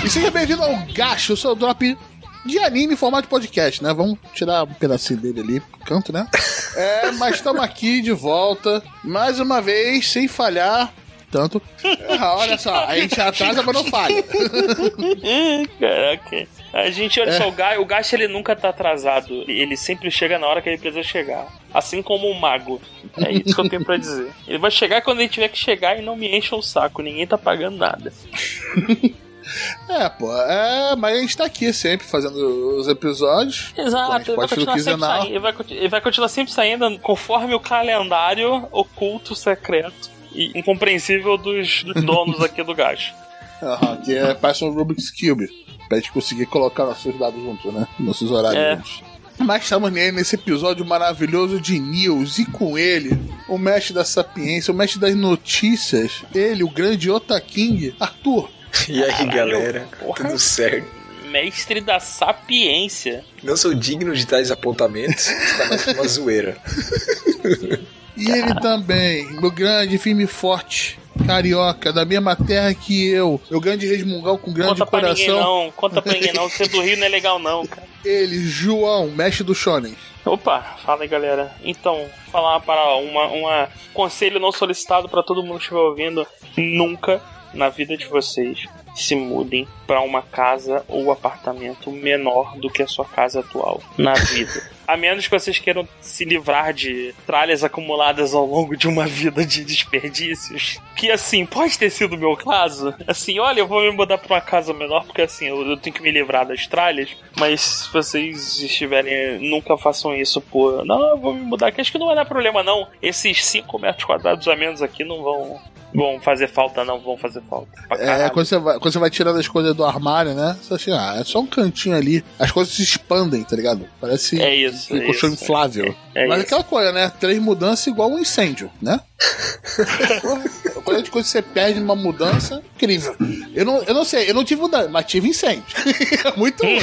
E seja bem-vindo ao Gacho, o seu drop de anime em formato de podcast, né? Vamos tirar um pedacinho dele ali pro canto, né? Mas estamos aqui de volta, mais uma vez, sem falhar. Tanto. Olha só, a gente atrasa, mas não falha. Caraca. A gente, olha só, o Gacho ele nunca tá atrasado. Ele sempre chega na hora que ele precisa chegar. Assim como um mago. É isso que eu tenho pra dizer. Ele vai chegar quando ele tiver que chegar e não me encha o saco. Ninguém tá pagando nada. Mas a gente tá aqui sempre fazendo os episódios. Exato, ele vai continuar sempre saindo conforme o calendário oculto, secreto e incompreensível dos donos aqui do Gacho. Que parece um Rubik's Cube, pra gente conseguir colocar nossos dados juntos, né? Nossos horários juntos. Mas estamos nesse episódio maravilhoso de News, e com ele, o mestre da sapiência, o mestre das notícias, ele, o grande Otaking, Arthur. E aí, galera, tudo certo? Mestre da sapiência. Não sou digno de tais apontamentos, está mais uma zoeira. E ele também, meu grande, firme e forte, carioca, da mesma terra que eu, meu grande resmungal com grande coração. Conta pra ninguém não, ser do Rio não é legal não, cara. Ele, João, mestre do Shonen. Opa, fala aí, galera. Então, falar para um conselho não solicitado para todo mundo que estiver ouvindo: nunca na vida de vocês se mudem para uma casa ou apartamento menor do que a sua casa atual na vida. A menos que vocês queiram se livrar de tralhas acumuladas ao longo de uma vida de desperdícios. Que, assim, pode ter sido o meu caso. Assim, olha, eu vou me mudar pra uma casa menor porque, assim, eu tenho que me livrar das tralhas. Mas se vocês estiverem... Nunca façam isso, pô. Não, eu vou me mudar aqui. Acho que não vai dar problema, não. Esses 5 metros quadrados a menos aqui não vão fazer falta, não. Vão fazer falta. Quando você vai tirando as coisas do armário, né? Você acha, é só um cantinho ali. As coisas se expandem, tá ligado? Parece... É isso. Um colchão inflável. Mas aquela coisa, né? 3 mudanças igual um incêndio, né? Quando de coisa que você perde numa mudança, incrível. Eu não sei, eu não tive mudança, mas tive incêndio. Muito ruim.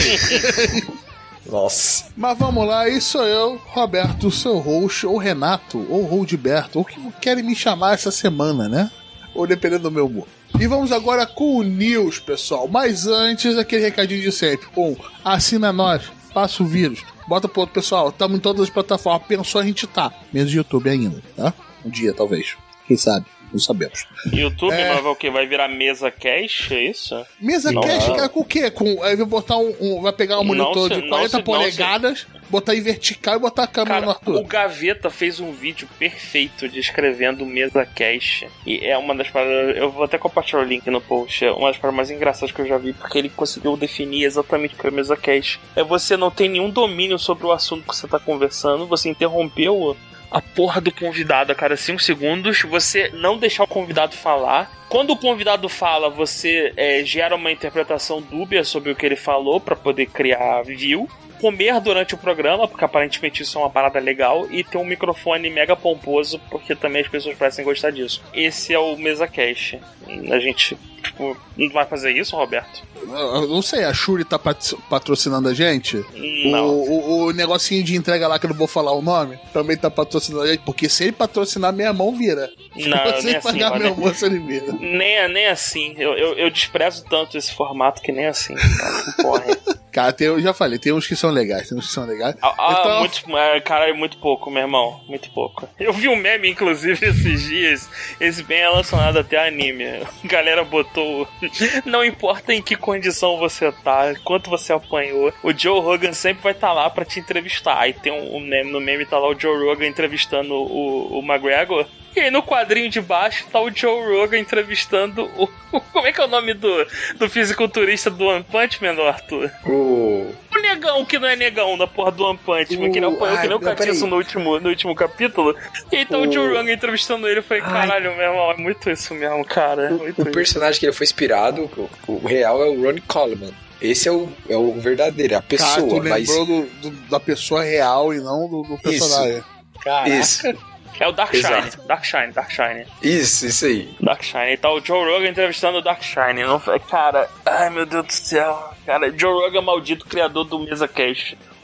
Nossa. Mas vamos lá, e sou eu, Roberto, seu host, ou Renato, ou Roldberto, ou o que querem me chamar essa semana, né? Ou dependendo do meu humor. E vamos agora com o News, pessoal. Mas antes, aquele recadinho de sempre. Assina nós, passa o vírus. Bota pro outro, pessoal. Estamos em todas as plataformas. Pensou, a gente tá. Menos YouTube ainda, tá? Um dia, talvez. Quem sabe? Não sabemos. YouTube não vai o quê? Vai virar mesa cash, é isso? Mesa cash, cara, com o quê? Aí vai botar vai pegar um monitor de 40 polegadas, botar em vertical e botar a câmera no Arthur. O Gaveta fez um vídeo perfeito descrevendo mesa cash. E é uma das paradas... Eu vou até compartilhar o link no post. É uma das paradas mais engraçadas que eu já vi, porque ele conseguiu definir exatamente o que é mesa cash. Você não tem nenhum domínio sobre o assunto que você tá conversando, você interrompeu a porra do convidado a cada 5 segundos, você não deixar o convidado falar. Quando o convidado fala, você gera uma interpretação dúbia sobre o que ele falou pra poder criar view. Comer durante o programa, porque aparentemente isso é uma parada legal, e ter um microfone mega pomposo, porque também as pessoas parecem gostar disso. Esse é o Mesa Cash. A gente, não vai fazer isso, Roberto? Eu não sei, a Shuri tá patrocinando a gente? Não. O negocinho de entrega lá, que eu não vou falar o nome, também tá patrocinando a gente, porque se ele patrocinar, minha mão vira. Não, se ele pagar assim, meu almoço, ele vira. Nem assim. Eu desprezo tanto esse formato que nem assim. Porra. Cara, eu já falei, tem uns que são legais, Cara, é muito pouco, meu irmão. Muito pouco. Eu vi um meme, inclusive, esses dias. Esse bem relacionado até a anime. A galera botou... Não importa em que condição você tá, quanto você apanhou, o Joe Rogan sempre vai estar lá pra te entrevistar. Aí tem no meme tá lá o Joe Rogan entrevistando o McGregor. E aí no quadrinho de baixo tá o Joe Rogan entrevistando o... Como é que é o nome do fisiculturista do One Punch Man, Arthur? O negão que não é negão da porra do One Punch Man, que não apanhou que nem o Catiço no último capítulo. E aí tá o Joe Rogan entrevistando ele. Eu falei, caralho, meu irmão, é muito isso mesmo, cara. O personagem que ele foi inspirado, o real é o Ronnie Coleman. Esse é o verdadeiro, a pessoa. Cara, tu lembrou da pessoa real e não do personagem. Caraca. Isso. É o Darkshine. Isso aí. Darkshine. E tá o Joe Rogan entrevistando o Darkshine. Não, cara, ai meu Deus do céu. Cara, Joe Rogan maldito, criador do Mesa Cash.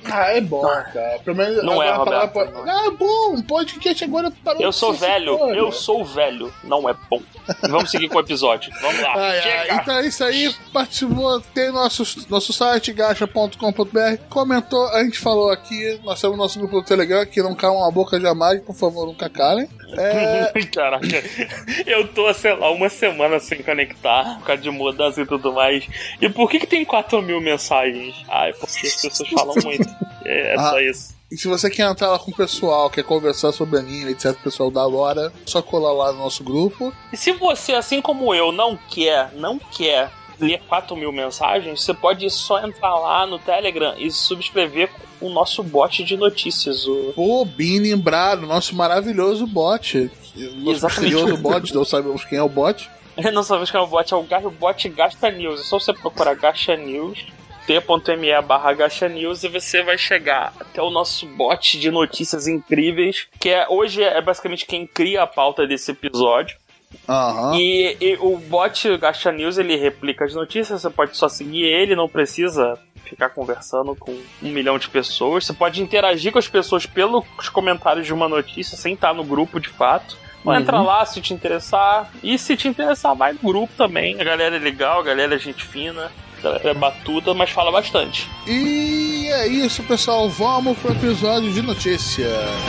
Ah, é bom, cara. Pelo menos Não é, agora Roberto, não é. Ah, bom, um podcast agora parou. Eu sou velho, sou velho, não é bom. Vamos seguir com o episódio. Vamos lá. Chega. Então é isso aí, participou, tem nosso site, gacha.com.br, comentou, a gente falou aqui, nós temos nosso grupo do Telegram, que não calma a boca jamais, por favor, nunca calem. Caraca, eu tô, sei lá, uma semana sem conectar, por causa de mudança e tudo mais. E por que tem 4.000 mensagens? É porque as pessoas falam muito. É só isso. E se você quer entrar lá com o pessoal, quer conversar sobre anime, etc, o pessoal da hora, só colar lá no nosso grupo. E se você, assim como eu, não quer ler 4.000 mensagens, você pode só entrar lá no Telegram e subscrever o nosso bot de notícias. Pô, bem lembrado, nosso maravilhoso bot. Nosso misterioso bot, não sabemos quem é o bot. Não sabemos quem é o bot, é o bot Gacha News. É só você procurar Gacha News, t.me/Gacha News, e você vai chegar até o nosso bot de notícias incríveis, que hoje é basicamente quem cria a pauta desse episódio. Uhum. E o bot Gacha News, ele replica as notícias, você pode só seguir ele, não precisa ficar conversando com 1 milhão de pessoas. Você pode interagir com as pessoas pelos comentários de uma notícia, sem estar no grupo de fato. Então entra lá se te interessar. E se te interessar, vai no grupo também. A galera é legal, a galera é gente fina, a galera é batuta, mas fala bastante. E é isso, pessoal. Vamos pro episódio de notícia.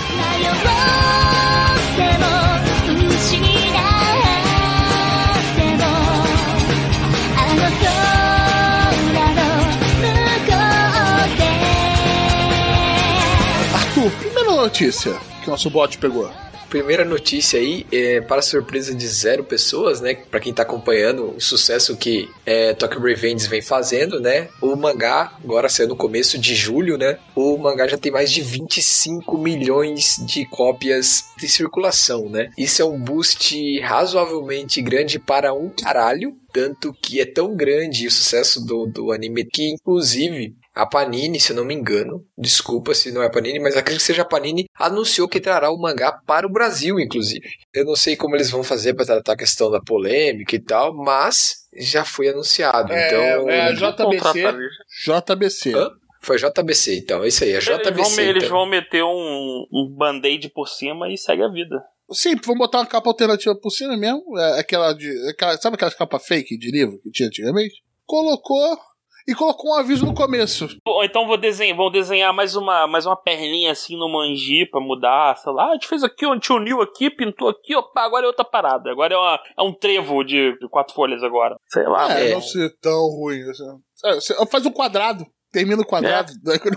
Arthur, primeira notícia que o nosso bot pegou. Primeira notícia aí, para surpresa de 0 pessoas, né? Pra quem tá acompanhando o sucesso que Tokyo Revengers vem fazendo, né? O mangá, agora saiu no começo de julho, né? O mangá já tem mais de 25 milhões de cópias de circulação, né? Isso é um boost razoavelmente grande para um caralho. Tanto que é tão grande o sucesso do anime que, inclusive, a Panini, se eu não me engano, desculpa se não é a Panini, mas acredito que seja a Panini, anunciou que trará o mangá para o Brasil, inclusive. Eu não sei como eles vão fazer para tratar a questão da polêmica e tal, mas já foi anunciado. Então, JBC. Hã? Foi JBC, então. É isso aí, é JBC. Eles vão meter um band-aid por cima e segue a vida. Sim, vamos botar uma capa alternativa por cima mesmo. Sabe aquelas capas fake de livro que tinha antigamente? Colocou um aviso no começo. Ou então vou desenhar mais uma perninha assim no manji pra mudar, sei lá. A gente fez aqui, a gente uniu aqui, pintou aqui, opa, agora é outra parada. Agora é um trevo de 4 folhas agora. Sei lá. Não ser tão ruim. Faz um quadrado. Termina o quadrado.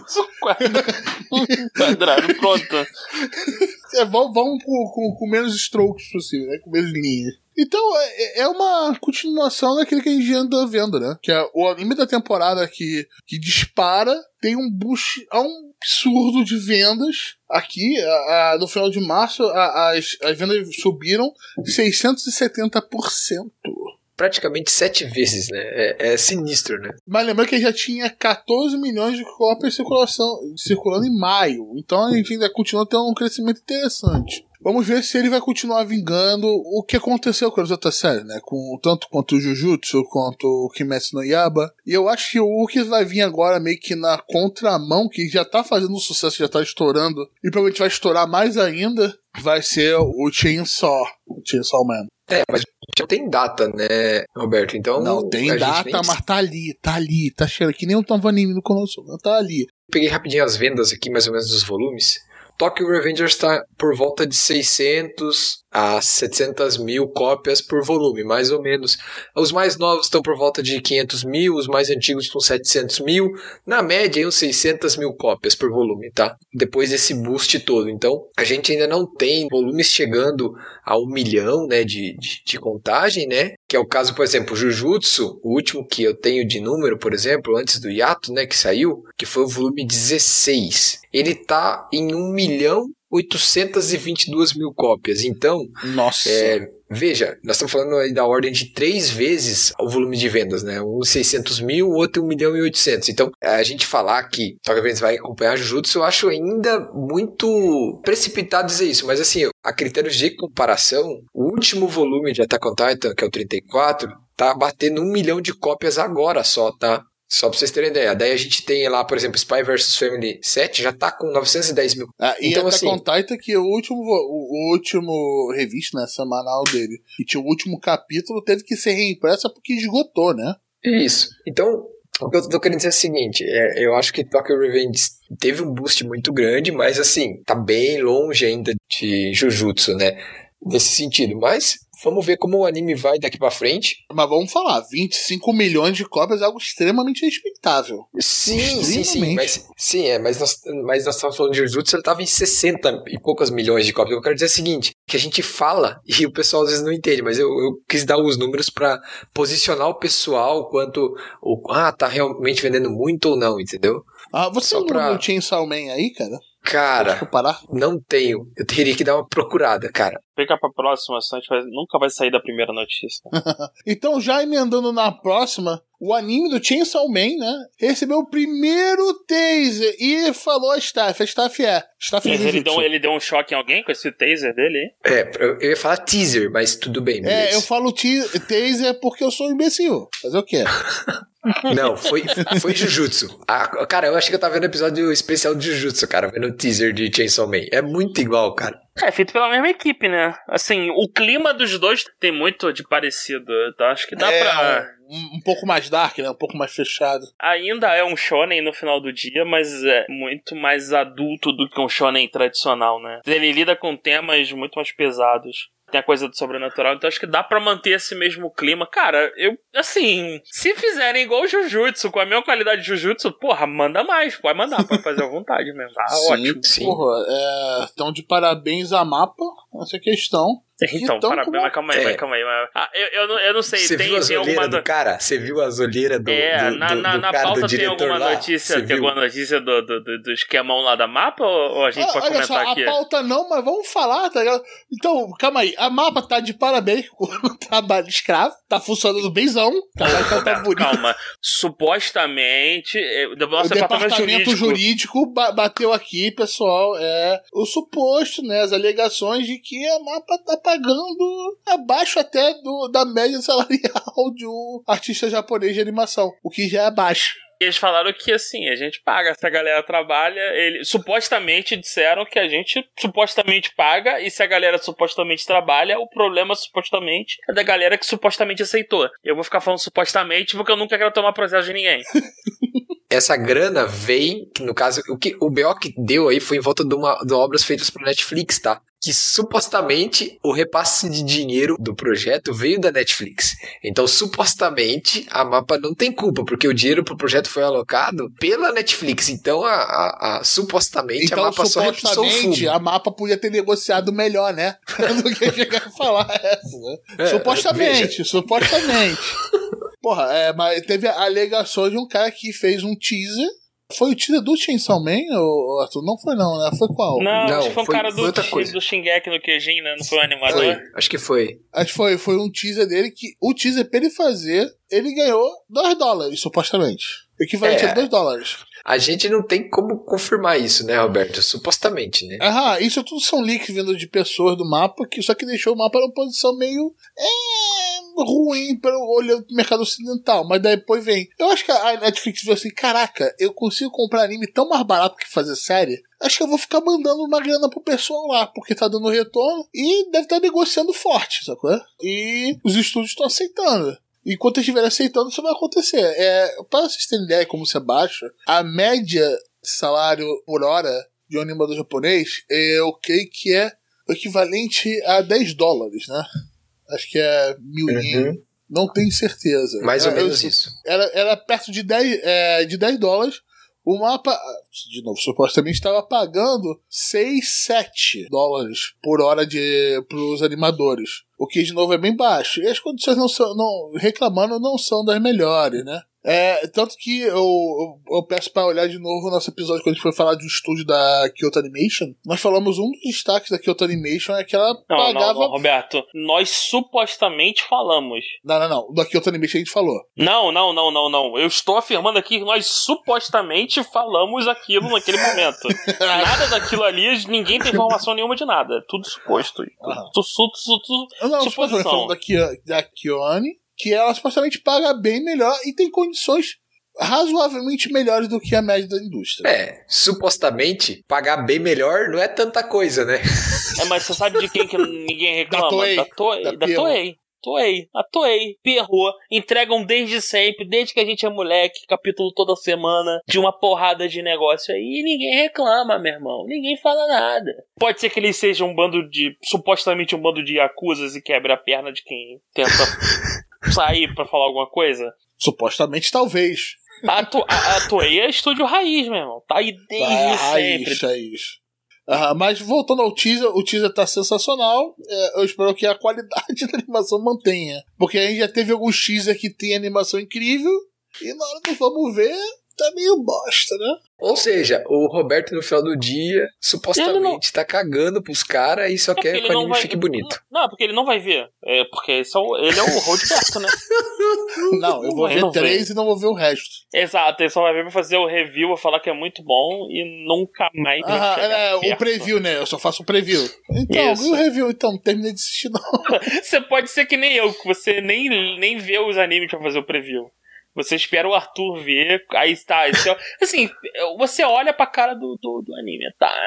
Quadrado, pronto. Vamos com menos strokes possível, né? Com menos linhas. Então, é uma continuação daquilo que a gente anda vendo, né? Que é o anime da temporada que dispara, tem um boost absurdo de vendas. Aqui, no final de março, as vendas subiram 670%. Praticamente 7 vezes, né? É sinistro, né? Mas lembrando que já tinha 14 milhões de cópias circulando em maio. Então a gente ainda continua tendo um crescimento interessante. Vamos ver se ele vai continuar vingando o que aconteceu com as outras séries, né? Tanto quanto o Jujutsu, quanto o Kimetsu no Yaiba. E eu acho que o que vai vir agora meio que na contramão, que já tá fazendo sucesso, já tá estourando, e provavelmente vai estourar mais ainda, vai ser o Chainsaw Man. Mas já tem data, né, Roberto? Então não tem data, mas tá cheio. Que nem o Tom Anime no Konosuba, tá ali. Peguei rapidinho as vendas aqui, mais ou menos, dos volumes. Tokyo Revengers está por volta de 600 a 700 mil cópias por volume, mais ou menos. Os mais novos estão por volta de 500 mil, os mais antigos estão 700 mil. Na média, uns 600 mil cópias por volume, tá? Depois desse boost todo. Então, a gente ainda não tem volumes chegando a 1 milhão, né, de contagem, né? Que é o caso, por exemplo, Jujutsu, o último que eu tenho de número, por exemplo, antes do hiato, né, que saiu, que foi o volume 16. Ele tá em 1.822.000 cópias. Então, nossa. Veja, nós estamos falando aí da ordem de 3 vezes o volume de vendas, né? Um 600 mil, o outro 1.800.000. Então, a gente falar que Tokyo Revengers vai acompanhar Jujutsu, eu acho ainda muito precipitado dizer isso. Mas assim, a critério de comparação, o último volume de Attack on Titan, que é o 34, tá batendo 1 milhão de cópias agora só, tá? Só pra vocês terem ideia. Daí a gente tem lá, por exemplo, Spy vs Family 7 já tá com 910 mil. E então, Attack on Titan, que o último revista, né, semanal dele, e tinha o último capítulo, teve que ser reimpressa porque esgotou, né? Isso. Então, o que eu tô querendo dizer é o seguinte, eu acho que Tokyo Revenge teve um boost muito grande, mas assim, tá bem longe ainda de Jujutsu, né? Nesse sentido, mas vamos ver como o anime vai daqui pra frente. Mas vamos falar, 25 milhões de cópias é algo extremamente respeitável. Sim, mas nós estamos falando de Jujutsu, ele tava em 60 e poucos milhões de cópias. Eu quero dizer o seguinte, que a gente fala e o pessoal às vezes não entende, mas eu quis dar os números pra posicionar o pessoal quanto tá realmente vendendo muito ou não, entendeu? Você não tinha Chainsaw Man aí, cara? Cara, não tenho. Eu teria que dar uma procurada, cara. Fica pra próxima, senão a gente nunca vai sair da primeira notícia. Então, já emendando na próxima, o anime do Chainsaw Man, né, recebeu o primeiro taser e falou a Staff. A Staff mas ele deu um choque em alguém com esse taser dele? Eu ia falar teaser, mas tudo bem. Beleza. Eu falo taser porque eu sou um imbecil. Fazer o quê? Não, foi Jujutsu. Cara, eu achei que eu tava vendo o episódio especial de Jujutsu, cara, vendo o teaser de Chainsaw Man. É muito igual, cara. É feito pela mesma equipe, né? Assim, o clima dos dois tem muito de parecido. Então acho que dá pra... Um pouco mais dark, né? Um pouco mais fechado. Ainda é um shonen no final do dia, mas é muito mais adulto do que um shonen tradicional, né? Ele lida com temas muito mais pesados. Tem a coisa do sobrenatural, então acho que dá pra manter esse mesmo clima. Cara, se fizerem igual o Jujutsu, com a mesma qualidade de Jujutsu, porra, manda mais, pode mandar, pode fazer à vontade mesmo. Ótimo. Sim. Porra, então de parabéns a Mapa nessa questão. Então parabéns, mas calma aí. Eu não sei, Você viu a olheira do cara? Você viu as olheiras do na cara, pauta do tem alguma lá? notícia, do esquemão lá da Mapa, ou a gente pode comentar só, aqui? A pauta não, mas vamos falar, tá ligado? Então, calma aí, a Mapa tá de parabéns com o trabalho escravo, tá funcionando bemzão, tá bonito. Calma, supostamente, o departamento jurídico bateu aqui, pessoal, o suposto, né, as alegações de que a Mapa tá pagando abaixo até da média salarial de um artista japonês de animação, o que já é baixo. Eles falaram que, assim, a gente paga, se a galera trabalha, eles supostamente disseram que a gente supostamente paga, e se a galera supostamente trabalha, o problema supostamente é da galera que supostamente aceitou. Eu vou ficar falando supostamente porque eu nunca quero tomar processo de ninguém. Essa grana vem, no caso, o BO que deu aí foi em volta de obras feitas pro Netflix, tá? Que supostamente o repasse de dinheiro do projeto veio da Netflix. Então, supostamente, a Mapa não tem culpa, porque o dinheiro pro projeto foi alocado pela Netflix. Então, supostamente, a Mapa só repulsou o fumo. A Mapa podia ter negociado melhor, né? Do que chegar a falar essa, né? Supostamente. Porra, mas teve a alegação de um cara que fez um teaser. Foi o teaser do Chainsaw Man, Arthur? Não foi não, né? Foi qual? Não, acho que foi um cara do Shingeki no Kyojin, né? Não foi um animador? Acho que foi. Foi um teaser dele que o teaser pra ele fazer, ele ganhou $2, supostamente. Equivalente a $2. A gente não tem como confirmar isso, né, Roberto? Supostamente, né? Isso tudo são leaks vindo de pessoas do Mapa, só que deixou o Mapa numa posição meio ruim olhando pro mercado ocidental. Mas depois vem. Eu acho que a Netflix viu assim, caraca, eu consigo comprar anime tão mais barato que fazer série. Acho que eu vou ficar mandando uma grana pro pessoal lá, porque tá dando retorno e deve estar negociando forte, sacou? E os estúdios estão aceitando. Enquanto eles estiverem aceitando, isso vai acontecer. Para vocês terem ideia como isso é baixo, a média salário por hora de um animador japonês, eu creio que é o equivalente a $10, né? Acho que é 1.000 ien. Não tenho certeza. Mais ou menos isso. Era perto de $10. O Mapa, de novo, supostamente estava pagando $6-7 por hora pros animadores. O que, de novo, é bem baixo. E as condições não são das melhores, né? Tanto que eu peço para olhar de novo o nosso episódio quando a gente foi falar do estúdio da Kyoto Animation. Nós falamos um dos destaques da Kyoto Animation é que ela pagava... Não, Roberto. Nós supostamente falamos. Não. Da Kyoto Animation a gente falou. Não. Eu estou afirmando aqui que nós supostamente falamos aquilo naquele momento. Nada daquilo ali, ninguém tem informação nenhuma de nada. Tudo suposto. Tudo suposição. Falando da Kione, que ela supostamente paga bem melhor e tem condições razoavelmente melhores do que a média da indústria. Supostamente, pagar bem melhor não é tanta coisa, né? Mas você sabe de quem que ninguém reclama? Da Toei. A Toei, Pierrot, entregam desde sempre, desde que a gente é moleque, capítulo toda semana, de uma porrada de negócio aí, e ninguém reclama, meu irmão, ninguém fala nada. Pode ser que eles sejam supostamente um bando de yakuzas e quebre a perna de quem tenta sair pra falar alguma coisa? Supostamente, talvez. A Toei é estúdio raiz, meu irmão, tá aí desde sempre. Raiz. Mas voltando ao teaser, o teaser tá sensacional. Eu espero que a qualidade da animação mantenha. Porque a gente já teve alguns teaser que tem animação incrível. E na hora do vamos ver, tá meio bosta, né? Ou seja, o Roberto no final do dia supostamente tá cagando pros caras e só quer que o anime fique bonito. Não, porque ele não vai ver. Porque ele é o Roberto, né? Não, eu vou ver 3 e não vou ver o resto. Exato, ele só vai ver pra fazer o review, vou falar que é muito bom e nunca mais vai chegar perto. O preview, né? Eu só faço o preview. Então, e o review? Então, não terminei de assistir, não. Você pode ser que nem eu, que você nem vê os animes pra fazer o preview. Você espera o Arthur ver, aí tá, assim, você olha pra cara do anime,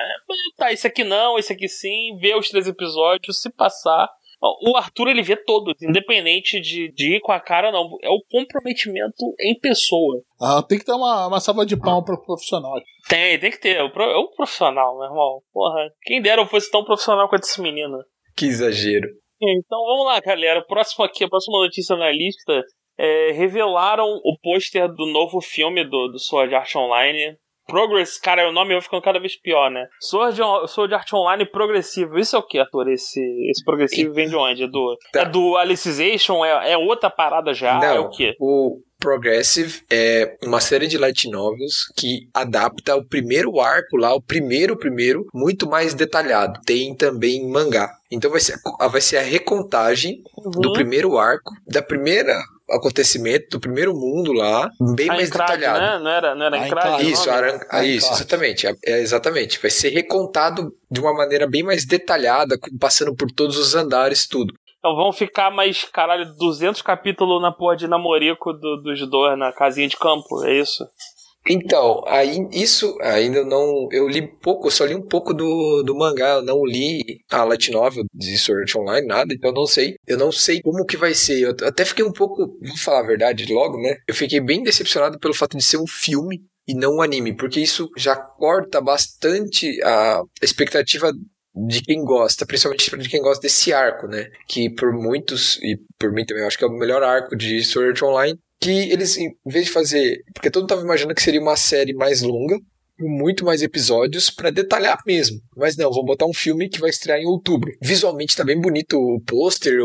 tá, esse aqui não, esse aqui sim, vê os 3 episódios, se passar. O Arthur, ele vê todos, independente de ir com a cara, não, é o comprometimento em pessoa. Tem que dar uma salva de palmas pro profissional. Tem que ter, é o profissional, meu irmão, porra, quem dera eu fosse tão profissional quanto esse menino. Que exagero. Então vamos lá, galera, a próxima notícia na lista. Revelaram o pôster do novo filme do Sword Art Online. Progress, cara, o nome vai ficando cada vez pior, né? Sword Art Online progressivo. Isso é o que, Arthur? Esse progressivo vem de onde? É do Alicization? É outra parada já? Não, é o quê? O Progressive é uma série de light novels que adapta o primeiro arco lá, o primeiro, muito mais detalhado. Tem também mangá. Então vai ser a recontagem do primeiro arco, da primeira acontecimento, do primeiro mundo lá, bem mais detalhado. Né? Não era Encrade? Isso, isso, exatamente. Exatamente. Vai ser recontado de uma maneira bem mais detalhada, passando por todos os andares, tudo. Então vão ficar mais, 200 capítulos na porra de namorico dos dois na casinha de campo, é isso? Então, isso ainda não... Eu li pouco, eu só li um pouco do mangá, eu não li a light novel de Sword Art Online, nada, então eu não sei como que vai ser. Eu até fiquei um pouco, vou falar a verdade logo, né? Eu fiquei bem decepcionado pelo fato de ser um filme e não um anime, porque isso já corta bastante a expectativa de quem gosta, principalmente de quem gosta desse arco, né? Que por muitos, e por mim também, eu acho que é o melhor arco de Sword Art Online, que eles, em vez de fazer... Porque todo mundo tava imaginando que seria uma série mais longa, com muito mais episódios, pra detalhar mesmo. Mas não, vão botar um filme que vai estrear em outubro. Visualmente tá bem bonito o pôster,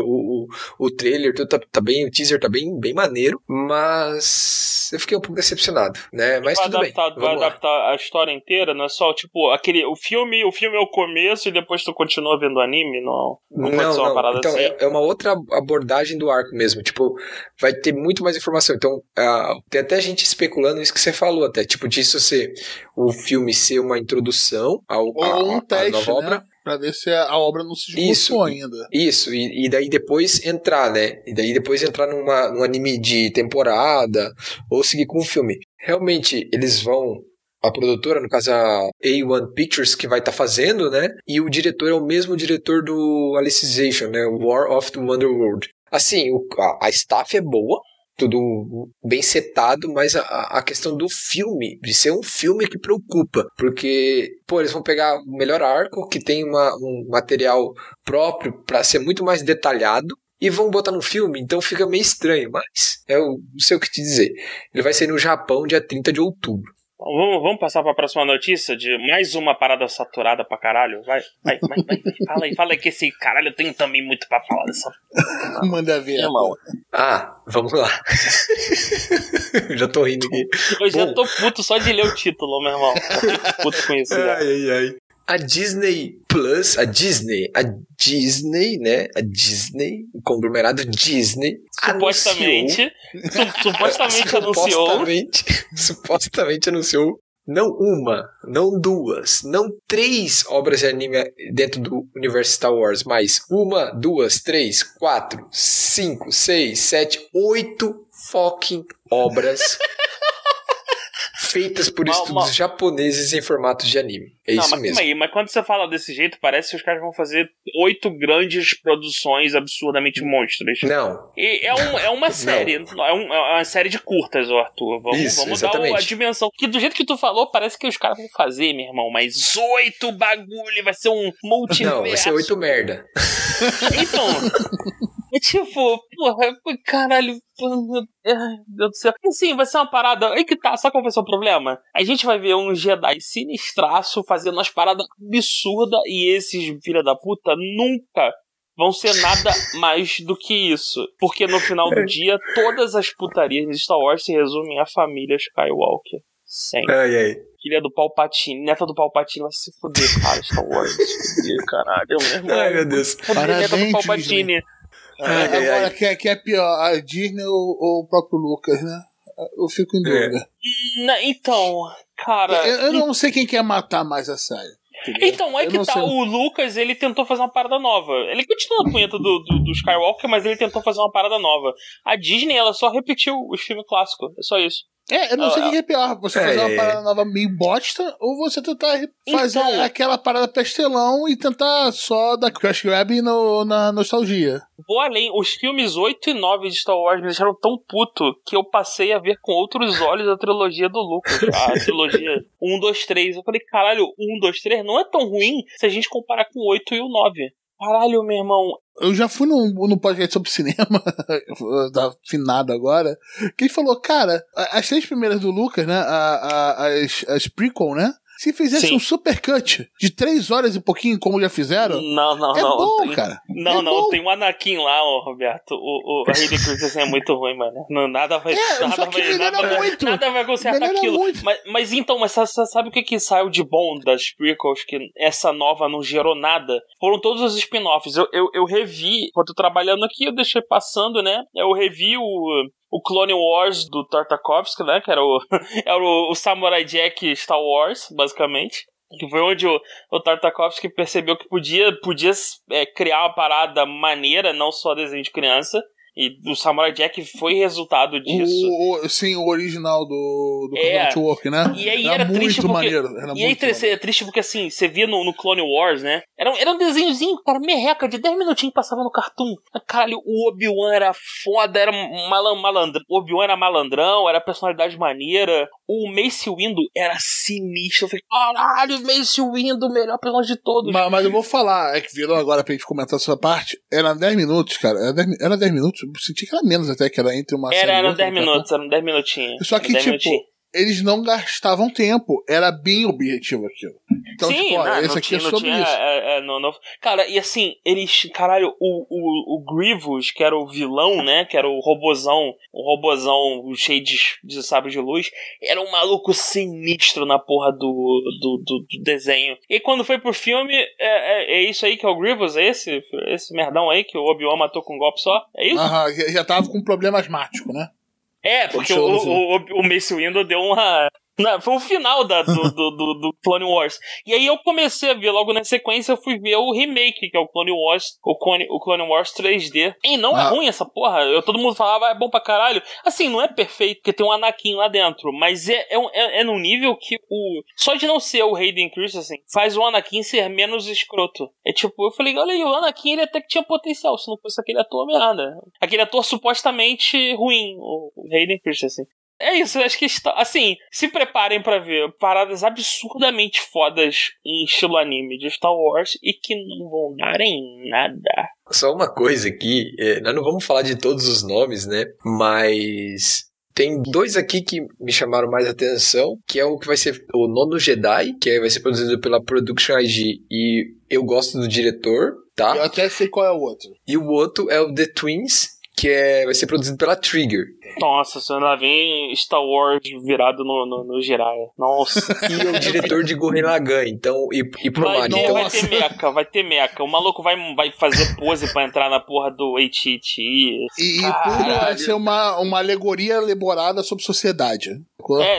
o trailer, tudo tá bem, o teaser tá bem maneiro, mas eu fiquei um pouco decepcionado, né? Mas tudo bem. Vai adaptar a história inteira, não é só, tipo, o filme é o começo e depois tu continua vendo o anime? Não pode ser uma parada então, assim? É uma outra abordagem do arco mesmo, tipo, vai ter muito mais informação. Então, tem até gente especulando isso que você falou até, tipo, disso ser... o filme ser uma introdução ou um teste, nova obra, né? Pra ver se a obra não se esgotou ainda. Isso, e daí depois entrar, né? E daí depois entrar num anime de temporada, ou seguir com o filme. Realmente, eles vão... A produtora, no caso a A1 Pictures, que vai estar fazendo, né? E o diretor é o mesmo diretor do Alicization, né? War of the Wonderworld. Assim, a staff é boa, tudo bem setado, mas a questão do filme, de ser um filme que preocupa, porque, eles vão pegar o melhor arco, que tem um material próprio para ser muito mais detalhado, e vão botar no filme, então fica meio estranho, mas eu não sei o que te dizer. Ele vai sair no Japão dia 30 de outubro. Vamos passar pra próxima notícia de mais uma parada saturada pra caralho? Vai. Fala aí que esse caralho eu tenho também muito pra falar dessa. Manda ver, irmão. Vamos lá. Já tô rindo aqui. Eu já tô puto só de ler o título, meu irmão. Eu tô puto com isso. Ai. A Disney Plus, a Disney, né? A Disney, o conglomerado Disney, supostamente anunciou não uma, não duas, não 3 obras de anime dentro do universo Star Wars, mas 1, 2, 3, 4, 5, 6, 7, 8 fucking obras feitas por estudos japoneses em formato de anime. É isso mesmo. Mas quando você fala desse jeito, parece que os caras vão fazer 8 grandes produções absurdamente monstras. Não. E é uma série. É uma série de curtas, Arthur. Vamos dar a dimensão. Que do jeito que tu falou, parece que os caras vão fazer, meu irmão. Mas 8 bagulho, vai ser um multiverso. Não, vai ser 8 merda. Então... É tipo, porra, caralho, meu Deus do céu. Assim, vai ser uma parada. Aí que tá, sabe qual vai ser o problema? A gente vai ver um Jedi sinistraço fazendo umas paradas absurdas e esses filha da puta nunca vão ser nada mais do que isso. Porque no final do dia, todas as putarias de Star Wars se resumem à família Skywalker. Sempre. Ai. Filha do Palpatine, neta do Palpatine vai se fuder, cara. Star Wars, se fuder, caralho, meu irmão. Ai, meu Deus. Neta do Palpatine. Agora, quem é pior, a Disney ou o próprio Lucas, né? Eu fico em dúvida. Então, cara... Eu não sei quem quer matar mais a série. Entendeu? Então, aí que tá. O Lucas, ele tentou fazer uma parada nova. Ele continua na punheta do Skywalker, mas ele tentou fazer uma parada nova. A Disney, ela só repetiu os filmes clássicos. É só isso. Eu não sei o que é pior, você fazer uma parada nova meio bosta, ou você tentar fazer aquela parada pastelão e tentar só dar crash grab na nostalgia. Vou além, os filmes 8 e 9 de Star Wars me deixaram tão puto que eu passei a ver com outros olhos a trilogia do Lucas. A trilogia 1, 2, 3. Eu falei, caralho, 1, 2, 3 não é tão ruim se a gente comparar com o 8 e o 9. Caralho, meu irmão. Eu já fui no podcast sobre cinema, da finado agora, que ele falou, cara, as 3 primeiras do Lucas, né, as prequel, né, se fizesse um supercut de 3 horas e pouquinho, como já fizeram, não. Bom, cara. Não, tem um Anakin lá, Roberto. O Hayden Christensen é muito ruim, mano. Nada vai consertar aquilo. Mas então, sabe o que saiu de bom das prequels, que essa nova não gerou nada? Foram todos os spin-offs. Eu revi, enquanto eu trabalhando aqui, eu deixei passando, né? Eu revi o Clone Wars do Tartakovsky, né? Que era o Samurai Jack Star Wars, basicamente. Que foi onde o Tartakovsky percebeu que podia criar uma parada maneira, não só desenho de criança. E o Samurai Jack foi resultado disso. Sim, o original do Network, né? E aí era muito triste porque, maneiro. É triste porque, assim, você via no Clone Wars, né? Era um desenhozinho, cara, merreca, de 10 minutinhos que passava no Cartoon. Caralho, o Obi-Wan era foda, era malandro. O Obi-Wan era malandrão, era personalidade maneira. O Mace Windu era sinistro. Eu falei, caralho, Mace Windu, o melhor personagem de todos. Mas eu vou falar, é que virou agora pra gente comentar essa parte. Era 10 minutos, cara. Era 10 minutos. Eu senti que era menos até, que era entre uma série e outra. Eram 10 minutos, eram 10 minutinhos. Só que, eles não gastavam tempo. Era bem objetivo aquilo. Então, sim, esse aqui é sobre isso. Cara, e assim, eles... Caralho, o Grievous, que era o vilão, né? Que era o robozão cheio de sabre de luz. Era um maluco sinistro na porra do desenho. E quando foi pro filme, é isso aí que é o Grievous? É esse merdão aí que o Obi-Wan matou com um golpe só? É isso? Já tava com problema asmático, né? Porque o Mace Windu deu uma... Foi o final do Clone Wars. E aí eu comecei a ver, logo na sequência, eu fui ver o remake, que é o Clone Wars 3D. E não é ruim essa porra. Todo mundo falava, é bom pra caralho. Assim, não é perfeito, porque tem um Anakin lá dentro. Mas é num nível que só de não ser o Hayden Christensen faz o Anakin ser menos escroto. É tipo, eu falei, olha aí, o Anakin ele até que tinha potencial, se não fosse aquele ator merda. Aquele ator supostamente ruim, o Hayden Christensen. É isso, eu acho que assim, se preparem pra ver paradas absurdamente fodas em estilo anime de Star Wars e que não vão dar em nada. Só uma coisa aqui, nós não vamos falar de todos os nomes, né? Mas tem 2 aqui que me chamaram mais atenção, que é o que vai ser o Nono Jedi, que vai ser produzido pela Production IG, e eu gosto do diretor, tá? Eu até sei qual é o outro. E o outro é o The Twins, que vai ser produzido pela Trigger. Nossa, você ainda vem Star Wars virado no Jiraiya. Nossa. E é o diretor de Gurren Lagann, então, e Promare. Então, vai ter meca. O maluco vai fazer pose pra entrar na porra do AT&T. E tudo vai ser uma alegoria elaborada sobre sociedade.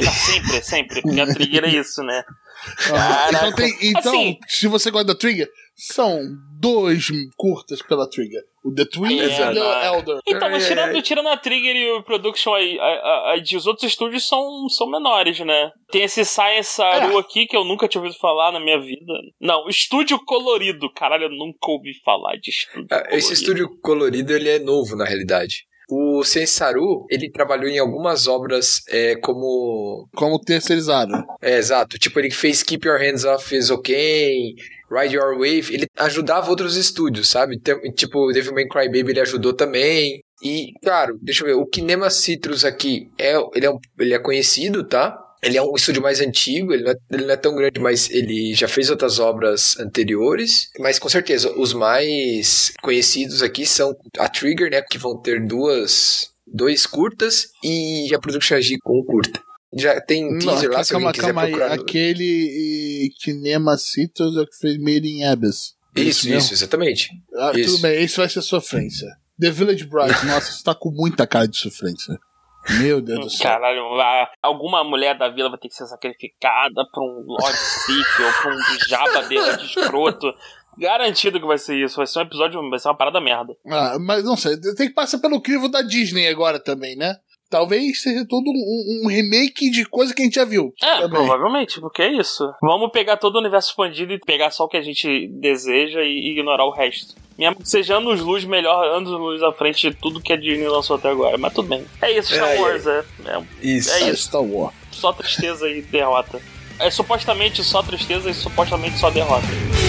Sempre. Porque a Trigger é isso, né? Então, assim, se você gosta da Trigger, são 2 curtas pela Trigger. O The Twin e o The Elder. Então, mas tirando a Trigger e o Production aí, os outros estúdios são menores, né? Tem esse Science Saru aqui que eu nunca tinha ouvido falar na minha vida. Não, Estúdio Colorido. Caralho, eu nunca ouvi falar de Estúdio Colorido. Esse Estúdio Colorido, ele é novo, na realidade. O Sensaru, ele trabalhou em algumas obras como terceirizado. Exato. Tipo, ele fez Keep Your Hands Off Is Okay, Ride Your Wave. Ele ajudava outros estúdios, sabe? Tipo, Devil May Cry Baby ele ajudou também. E, claro, deixa eu ver. O Kinema Citrus aqui, ele é conhecido, tá? Ele é um estúdio mais antigo, ele não é tão grande, mas ele já fez outras obras anteriores. Mas com certeza, os mais conhecidos aqui são a Trigger, né? Que vão ter 2 curtas e a Production AG com um curta. Já tem teaser lá, se alguém quiser procurar. Aquele Kinema Citrus é o que fez Made in Abyss. Isso, exatamente. Isso. Tudo bem, esse vai ser sofrência. The Village Bride, nossa, você tá com muita cara de sofrência. Meu Deus do céu. Caralho, alguma mulher da vila vai ter que ser sacrificada pra um Lord Sif ou pra um Jabba de escroto. Garantido que vai ser isso. Vai ser um episódio, vai ser uma parada merda. Mas não sei, tem que passar pelo crivo da Disney agora também, né? Talvez seja todo um remake de coisa que a gente já viu. Provavelmente, porque é isso. Vamos pegar todo o universo expandido e pegar só o que a gente deseja e ignorar o resto. Mesmo que seja anos-luz anos-luz à frente de tudo que a Disney lançou até agora. Mas tudo bem. É isso, Star Wars. Isso. É isso. Star Wars. Só tristeza e derrota. É supostamente só tristeza e supostamente só derrota.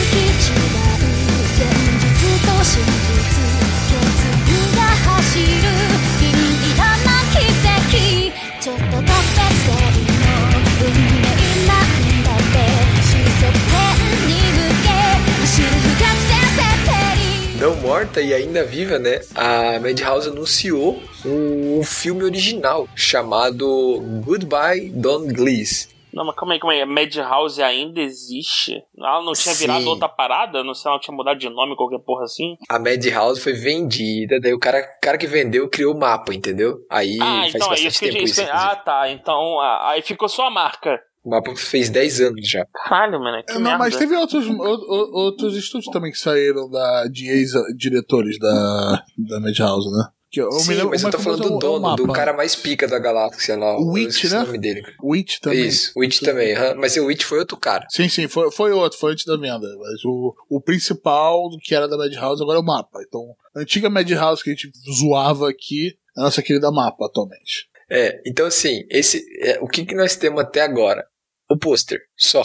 Não morta e ainda viva, né? A Madhouse anunciou um filme original chamado Goodbye Don Glees. Não, mas calma aí. A Madhouse ainda existe? Ela não tinha virado outra parada? Não sei se ela tinha mudado de nome, qualquer porra assim? A Madhouse foi vendida, daí o cara que vendeu criou o mapa, entendeu? Aí faz então bastante é isso que tempo isso. Tá. Então aí ficou só a marca. O mapa fez 10 anos já. Caralho, mano, que merda. Mas teve outros estúdios também que saíram de ex-diretores da Madhouse, né? Mas eu tô falando do dono, do cara mais pica da galáxia lá. O Witch, né? O nome dele. O Witch também. Isso, o Witch também. Mas o Witch foi outro cara. Sim, foi outro, foi antes da venda. Mas o principal, que era da Madhouse, agora é o mapa. Então, a antiga Madhouse que a gente zoava aqui, é a nossa querida mapa atualmente. Então assim, o que nós temos até agora? O pôster, só.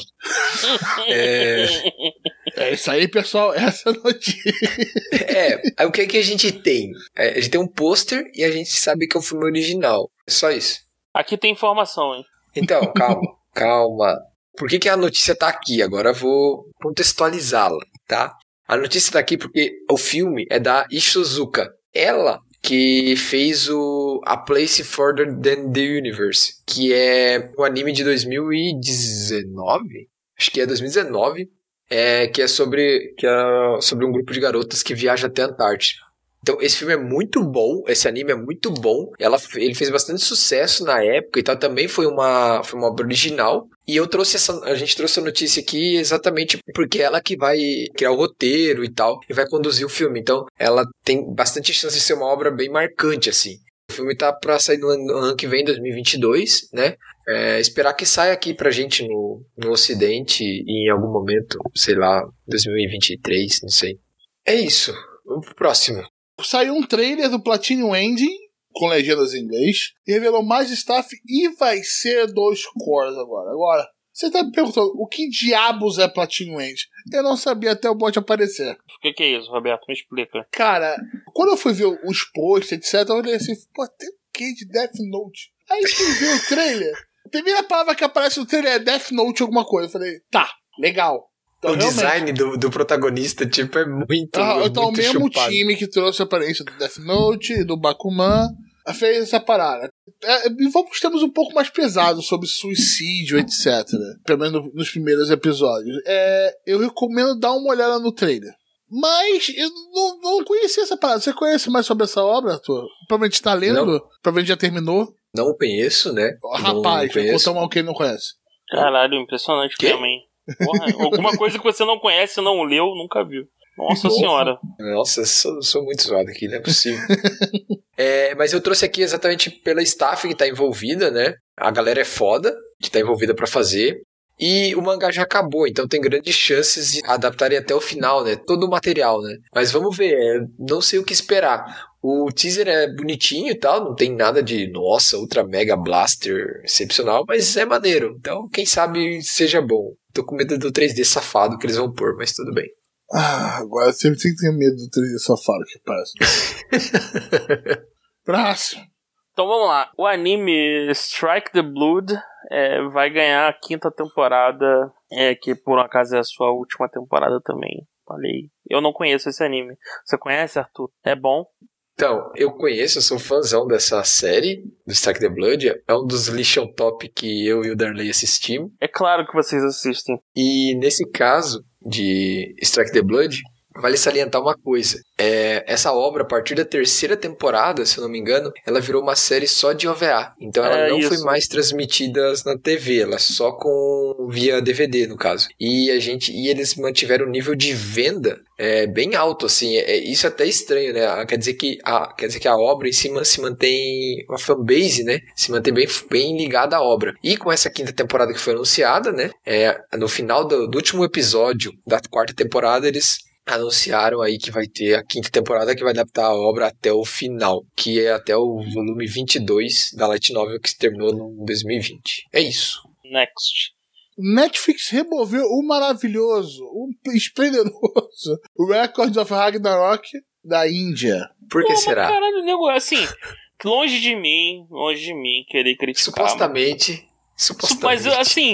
É isso aí, pessoal, essa é a notícia. Aí o que a gente tem? A gente tem um pôster e a gente sabe que é o filme original. É só isso. Aqui tem informação, hein? Então, calma. Por que a notícia tá aqui? Agora eu vou contextualizá-la, tá? A notícia tá aqui porque o filme é da Ishizuka. Ela que fez A Place Further Than the Universe, que é um anime de 2019? Acho que é 2019, que é sobre um grupo de garotas que viaja até a Antártida. Então, esse filme é muito bom, esse anime é muito bom, ele fez bastante sucesso na época e tal, também foi uma obra original, e a gente trouxe a notícia aqui exatamente porque ela que vai criar o roteiro e tal, e vai conduzir o filme, então ela tem bastante chance de ser uma obra bem marcante, assim. O filme tá pra sair no ano que vem, 2022, né? Esperar que saia aqui pra gente no Ocidente em algum momento, sei lá, 2023, não sei. É isso, vamos pro próximo. Saiu um trailer do Platinum Ending, com legendas em inglês, e revelou mais staff e vai ser 2 cores agora. Agora, você tá me perguntando, o que diabos é Platinum Ending? Eu não sabia até o bot aparecer. O que é isso, Roberto? Me explica. Cara, quando eu fui ver os posts, etc., eu olhei assim, pô, tem o que de Death Note? Aí fui ver o trailer, a primeira palavra que aparece no trailer é Death Note alguma coisa. Eu falei, tá, legal. Então, o design do protagonista, tipo, é muito então o mesmo chupado. time que trouxe a aparência do Death Note e do Bakuman fez essa parada. Temos um pouco mais pesado sobre suicídio, etc. Pelo menos nos primeiros episódios. Eu recomendo dar uma olhada no trailer. Mas eu não conhecia essa parada. Você conhece mais sobre essa obra, Arthur? Provavelmente está lendo? Não. Provavelmente já terminou? Não conheço, né? Rapaz, vou contar mal quem não conhece. Caralho, impressionante mesmo, hein? Porra, alguma coisa que você não conhece, não leu, nunca viu. Nossa senhora. Nossa, sou muito zoado aqui, não é possível. Mas eu trouxe aqui exatamente pela staff que tá envolvida, né? A galera é foda, que tá envolvida pra fazer. E o mangá já acabou, então tem grandes chances de adaptarem até o final, né? Todo o material, né? Mas vamos ver, não sei o que esperar. O teaser é bonitinho e tal, não tem nada de, nossa, ultra mega blaster excepcional, mas é maneiro. Então, quem sabe seja bom. Tô com medo do 3D safado que eles vão pôr, mas tudo bem. Agora eu sempre tenho medo do 3D safado que parece. Próximo. Então vamos lá. O anime Strike the Blood vai ganhar a 5ª temporada, que por um acaso é a sua última temporada também. Falei. Eu não conheço esse anime. Você conhece, Arthur? É bom? Então, eu conheço, eu sou fãzão dessa série, do Strike the Blood. É um dos lixão top que eu e o Darley assistimos. É claro que vocês assistem. E nesse caso de Strike the Blood, vale salientar uma coisa. Essa obra, a partir da 3ª temporada, se eu não me engano, ela virou uma série só de OVA. Então ela não foi mais transmitida na TV, ela só via DVD, no caso. E eles mantiveram o nível de venda bem alto, assim. Isso é até estranho, né? Quer dizer que a obra em cima se mantém, uma fanbase, né? Se mantém bem ligada à obra. E com essa 5ª temporada que foi anunciada, né? No final do último episódio da 4ª temporada, eles anunciaram aí que vai ter a 5ª temporada que vai adaptar a obra até o final, que é até o volume 22 da Light Novel que se terminou no 2020. É isso. Next. Netflix removeu o maravilhoso, o esplendoroso Records of Ragnarok da Índia. Por que será? Caralho, nego, assim, longe de mim querer criticar. Supostamente. Mas assim,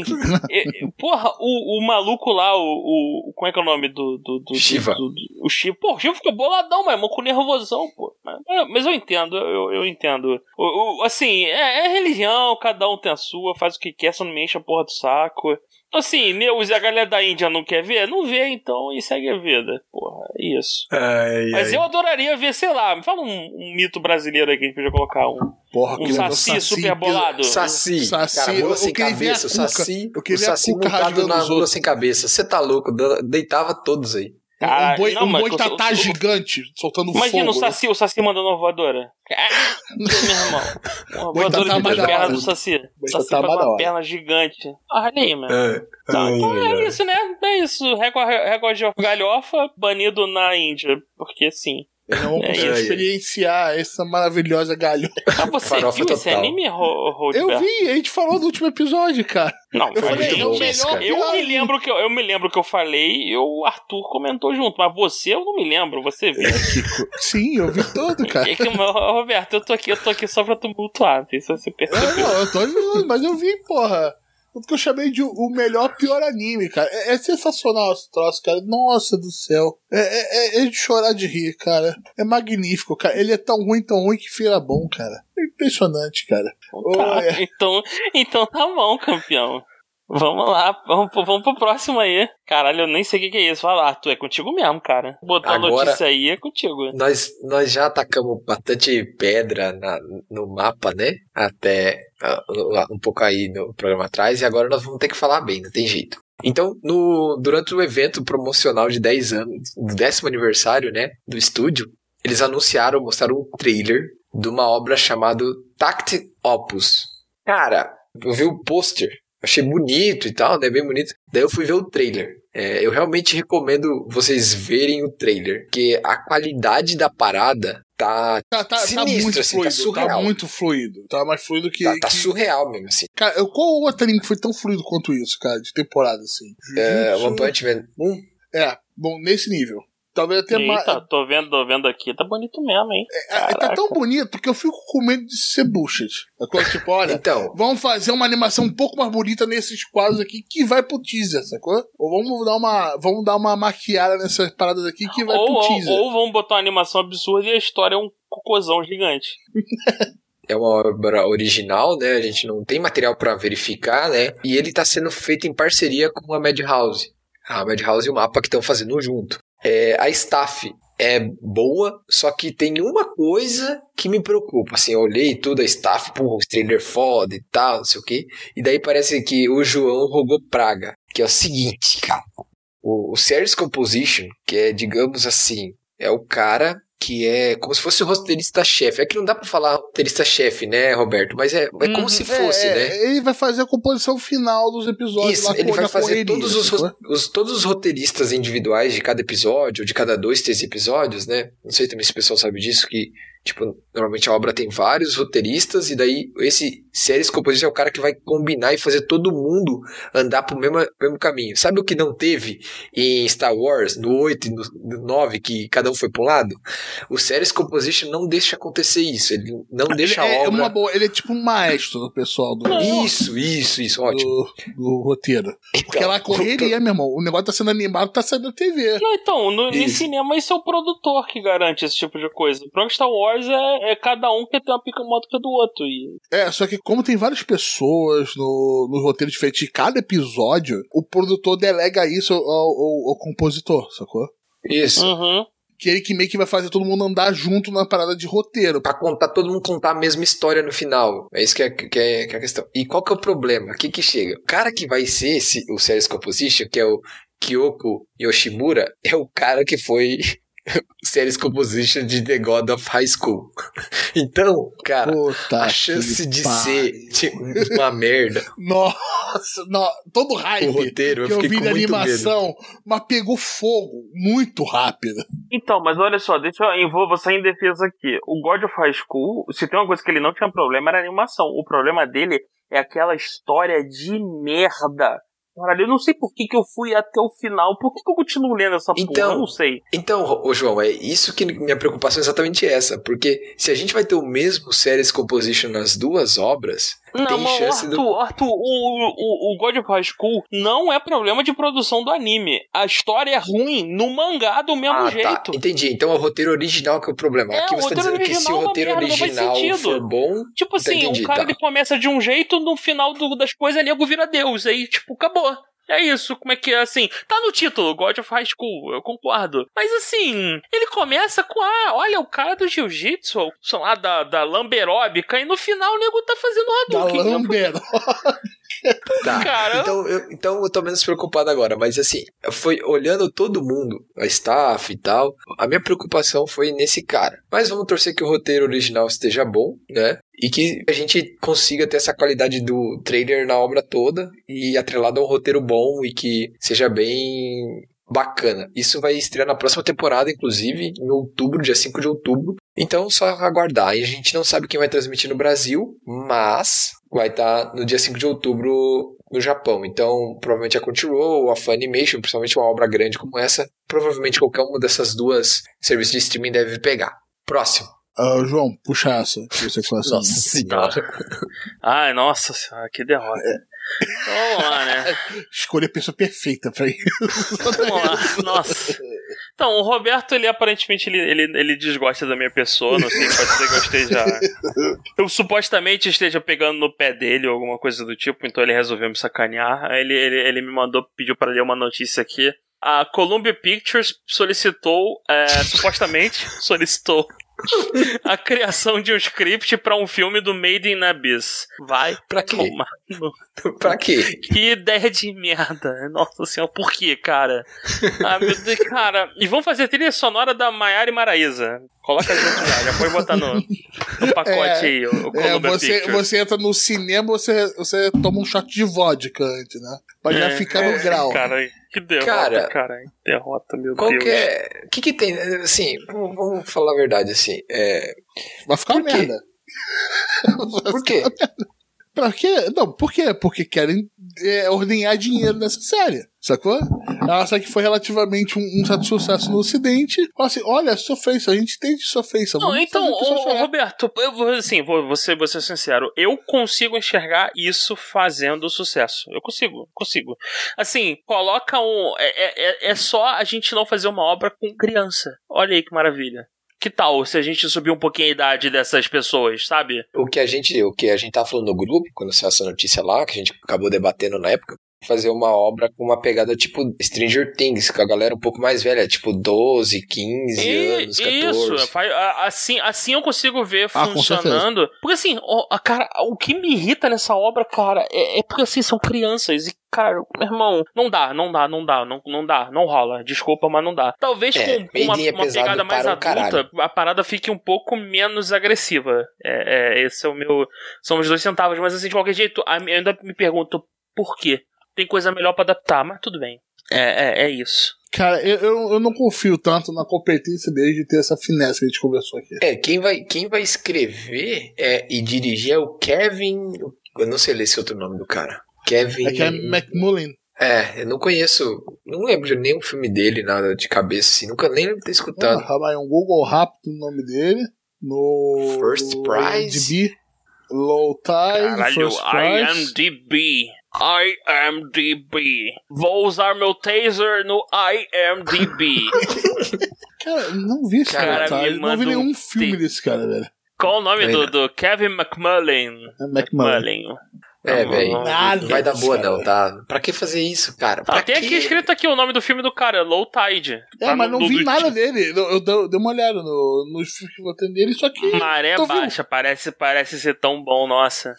porra, o maluco lá, como é que é o nome do Shiva. O Shiva. Pô, o Shiva ficou boladão, mas com nervosão, pô. Mas eu entendo, eu entendo. Assim, é religião, cada um tem a sua, faz o que quer, só não me enche a porra do saco. Assim, Neus e a galera da Índia não quer ver? Não vê, então, e segue a vida. Porra, é isso. Mas eu adoraria ver, sei lá, me fala um mito brasileiro aí que a gente podia colocar um saci super bolado. Saci, cara, mula sem cabeça. O saci montado na mula sem cabeça. Você tá louco, deitava todos aí. Um boitatá gigante soltando fogo. Imagina o saci mandando uma voadora. Meu irmão. Uma voadora de duas pernas do saci. O saci faz uma perna gigante. Olha aí, mano. Então é isso, né? É isso. Recorde de galhofa banido na Índia. Porque sim. Não vamos experienciar essa maravilhosa galhofa. Mas você viu esse anime, Eu vi, a gente falou no último episódio, cara. Não, eu me lembro que eu falei e o Arthur comentou junto, mas você eu não me lembro, você viu? Sim, eu vi todo, cara. Roberto, eu tô aqui só pra tumultuar, não sei se você percebeu. Não, eu tô ajudando, mas eu vi, porra. Tanto que eu chamei de o melhor, pior anime, cara. É sensacional esse troço, cara. Nossa do céu. É de chorar de rir, cara. É magnífico, cara. Ele é tão ruim que vira bom, cara. É impressionante, cara. Então tá bom, campeão. Vamos lá, vamos pro próximo aí. Caralho, eu nem sei o que é isso. Fala, tu é contigo mesmo, cara. Botar a notícia aí é contigo. Nós já atacamos bastante pedra no mapa, né? Até um pouco aí no programa atrás. E agora nós vamos ter que falar bem, não tem jeito. Então, durante o evento promocional de 10 anos, do 10º aniversário, né? Do estúdio, eles mostraram um trailer de uma obra chamada Tact Opus. Cara, eu vi o pôster. Achei bonito e tal, né? Bem bonito. Daí eu fui ver o trailer. Eu realmente recomendo vocês verem o trailer. Porque a qualidade da parada tá sinistra, assim, tá surreal. Tá muito fluido. Tá mais fluido que... Tá surreal mesmo, assim. Cara, qual outro anime que foi tão fluido quanto isso, cara? De temporada, assim? One Punch Man 1? Bom, nesse nível. Talvez até mais. Tô vendo aqui, tá bonito mesmo, hein? Tá tão bonito que eu fico com medo de ser bullshit. Tipo, olha, então, vamos fazer uma animação um pouco mais bonita nesses quadros aqui que vai pro teaser, sacou? Ou vamos dar uma maquiada nessas paradas aqui que vai pro teaser. Ou vamos botar uma animação absurda e a história é um cocôzão gigante. É uma obra original, né? A gente não tem material pra verificar, né? E ele tá sendo feito em parceria com a Madhouse. A Madhouse e o Mapa que estão fazendo junto. A staff é boa, só que tem uma coisa que me preocupa. Assim, eu olhei tudo, a staff, o trailer foda e tal, não sei o quê. E daí parece que o João rogou praga. Que é o seguinte, cara. O Series Composition, que é, digamos assim, é o cara que é como se fosse o roteirista-chefe. É que não dá pra falar roteirista-chefe, né, Roberto? Mas é como se fosse, né? Ele vai fazer a composição final dos episódios. Isso, lá ele vai fazer correria, todos os roteiristas individuais de cada episódio, de cada 2, 3 episódios, né? Não sei também se o pessoal sabe disso, que tipo, normalmente a obra tem vários roteiristas, e daí esse Series Composition é o cara que vai combinar e fazer todo mundo andar pro mesmo caminho. Sabe o que não teve em Star Wars, no 8 e no 9, que cada um foi pra um lado? O Series Composition não deixa acontecer isso, ele não deixa a obra... É uma boa, ele é tipo um maestro do pessoal do... Isso, ótimo. Do roteiro. Porque lá correria, meu irmão, o negócio tá sendo animado, tá saindo da TV. Não, então, no cinema isso é o produtor que garante esse tipo de coisa. Pro Star Wars é cada um que tem uma pica moto que do outro. Só que como tem várias pessoas no roteiro diferente de cada episódio, o produtor delega isso ao compositor, sacou? Isso. Uhum. Que ele que meio que vai fazer todo mundo andar junto na parada de roteiro. Pra todo mundo contar a mesma história no final. É isso que é a questão. E qual que é o problema? O que chega? O cara que vai ser o Series Composition, que é o Kyoko Yoshimura, é o cara que foi... Series Composition de The God of High School. Então, cara, a chance de ser uma merda. Nossa, todo hype o roteiro, que eu vi na animação, mas pegou fogo muito rápido. Então, mas olha só, deixa eu vou sair em defesa aqui. O God of High School, se tem uma coisa que ele não tinha problema, era a animação. O problema dele é aquela história de merda. Caralho, eu não sei por que eu fui até o final. Por que eu continuo lendo essa porra? Eu não sei. Então, João, é isso que minha preocupação é exatamente essa. Porque se a gente vai ter o mesmo Series Composition nas duas obras... Não, Arthur, o God of High School não é problema de produção do anime. A história é ruim no mangá do mesmo jeito. Tá, entendi. Então é o roteiro original que é o problema. Aqui você tá dizendo que se o roteiro original for bom... Tipo assim, entendi, o cara ele começa de um jeito, no final das coisas, nego vira Deus. Aí, tipo, acabou. É isso, como é que é assim? Tá no título, God of High School, eu concordo. Mas assim, ele começa com, olha, o cara do jiu-jitsu, sei lá, da lamberóbica, e no final o nego tá fazendo Hadouken. Da lamberóbica. Tá, cara, então eu tô menos preocupado agora, mas assim, foi olhando todo mundo, a staff e tal, a minha preocupação foi nesse cara. Mas vamos torcer que o roteiro original esteja bom, né? E que a gente consiga ter essa qualidade do trailer na obra toda e atrelado a um roteiro bom e que seja bem bacana. Isso vai estrear na próxima temporada, inclusive, em outubro, dia 5 de outubro. Então, só aguardar. E a gente não sabe quem vai transmitir no Brasil, mas vai estar no dia 5 de outubro no Japão. Então, provavelmente a Crunchyroll, a Funimation, principalmente uma obra grande como essa, provavelmente qualquer uma dessas duas serviços de streaming deve pegar. Próximo. João, puxa essa. Nossa senhora. Ai, nossa senhora, que derrota. Vamos lá, né? Escolhi a pessoa perfeita pra isso. Vamos lá, nossa. Então, o Roberto, ele aparentemente ele desgosta da minha pessoa. Não sei, pode ser que eu esteja... Eu supostamente esteja pegando no pé dele ou alguma coisa do tipo, então ele resolveu me sacanear. Ele me pediu pra ler uma notícia aqui. A Columbia Pictures supostamente solicitou a criação de um script pra um filme do Made in Abyss. Vai pra quê? Pra quê? Que ideia de merda. Nossa senhora, por quê, cara? Ah, meu Deus, cara. E vamos fazer trilha sonora da Maiara e Maraísa. Coloca junto já pode botar no pacote aí. O você entra no cinema, você toma um shot de vodka antes, né? Pra já ficar no grau. Cara, que derrota, cara. Derrota, meu Deus. O que tem, assim, vamos falar a verdade, assim. Vai ficar merda. Por quê? Pra quê? Não, por quê? Porque querem ordenhar dinheiro nessa série, sacou? Ela sabe que foi relativamente um certo sucesso no Ocidente. Fala assim, olha, sofrência, a gente entende sofrência. Não, então, Roberto, eu vou ser sincero, eu consigo enxergar isso fazendo sucesso. Eu consigo. Assim, coloca é só a gente não fazer uma obra com criança. Olha aí que maravilha. Que tal se a gente subir um pouquinho a idade dessas pessoas, sabe? O que a gente tá falando no grupo, quando saiu essa notícia lá, que a gente acabou debatendo na época, fazer uma obra com uma pegada tipo Stranger Things, com a galera um pouco mais velha, tipo 12, 15 anos, 14. Isso, assim eu consigo ver funcionando. Porque assim, cara, o que me irrita nessa obra, cara, é porque assim, são crianças e, cara, meu irmão, não rola. Desculpa, mas não dá. Talvez com uma pegada mais adulta, a parada fique um pouco menos agressiva. Esse é o meu... São os 2 centavos, mas assim, de qualquer jeito, eu ainda me pergunto por quê. Tem coisa melhor pra adaptar, mas tudo bem. É isso. Cara, eu não confio tanto na competência deles de ter essa finesse que a gente conversou aqui. Quem vai escrever e dirigir é o Kevin... Eu não sei ler esse outro nome do cara. Kevin McMullen. Eu não conheço... Não lembro de nenhum filme dele, nada de cabeça, assim. Nunca nem lembro de ter escutado. Vai um Google rápido no nome dele. No... First Prize. IMDb. Low Tide. Caralho, First Prize. IMDb. Vou usar meu taser no IMDb. Cara, não vi esse cara. Não vi nenhum filme desse cara, velho. Qual o nome do Kevin McMullen? McMullen. Velho. Não vai dar boa, não, tá? Pra que fazer isso, cara? Tem aqui escrito aqui o nome do filme do cara, Low Tide. Mas não vi nada dele. Eu dei uma olhada nos filmes que eu vou ter dele, só que... Maré Baixa, parece ser tão bom, nossa.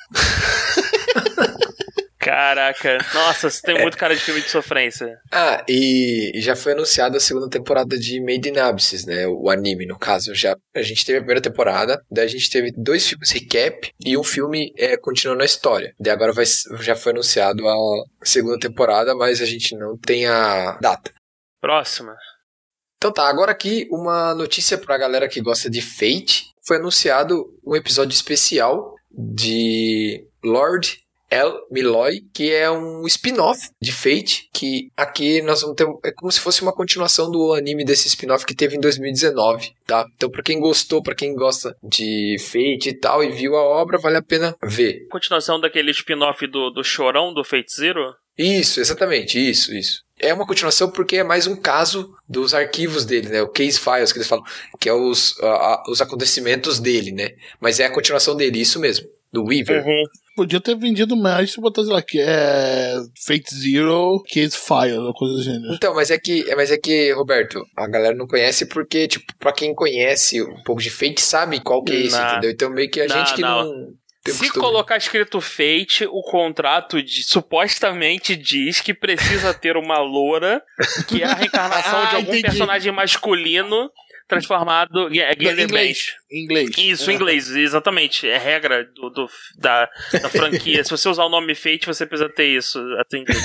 Caraca, nossa, você tem muito cara de filme de sofrência. E já foi anunciada a segunda temporada de Made in Abyss, né? O anime, no caso. A gente teve a primeira temporada, daí a gente teve 2 filmes recap e um filme continuando a história. Daí agora já foi anunciado a segunda temporada, mas a gente não tem a data. Próxima. Então tá, agora aqui uma notícia pra galera que gosta de Fate. Foi anunciado um episódio especial de Lord El Milloy, que é um spin-off de Fate, que aqui nós vamos ter... É como se fosse uma continuação do anime desse spin-off que teve em 2019, tá? Então pra quem gostou, pra quem gosta de Fate e tal, e viu a obra, vale a pena ver. Continuação daquele spin-off do Chorão, do Fate Zero? Isso, exatamente, isso. É uma continuação porque é mais um caso dos arquivos dele, né? O case files que eles falam, que é os acontecimentos dele, né? Mas é a continuação dele, isso mesmo, do Weaver. Uhum. Podia ter vendido mais se botasse lá que é Fate Zero Case File, ou coisa do gênero. Então, mas é que, Roberto, a galera não conhece porque, tipo, pra quem conhece um pouco de Fate sabe qual que é isso, entendeu? Então meio que a gente que não tem se costume. Colocar escrito Fate, o contrato supostamente diz que precisa ter uma loura, que é a reencarnação de algum personagem masculino transformado em inglês. Isso, em inglês, exatamente. É regra da franquia. Se você usar o nome Fate, você precisa ter isso atendido.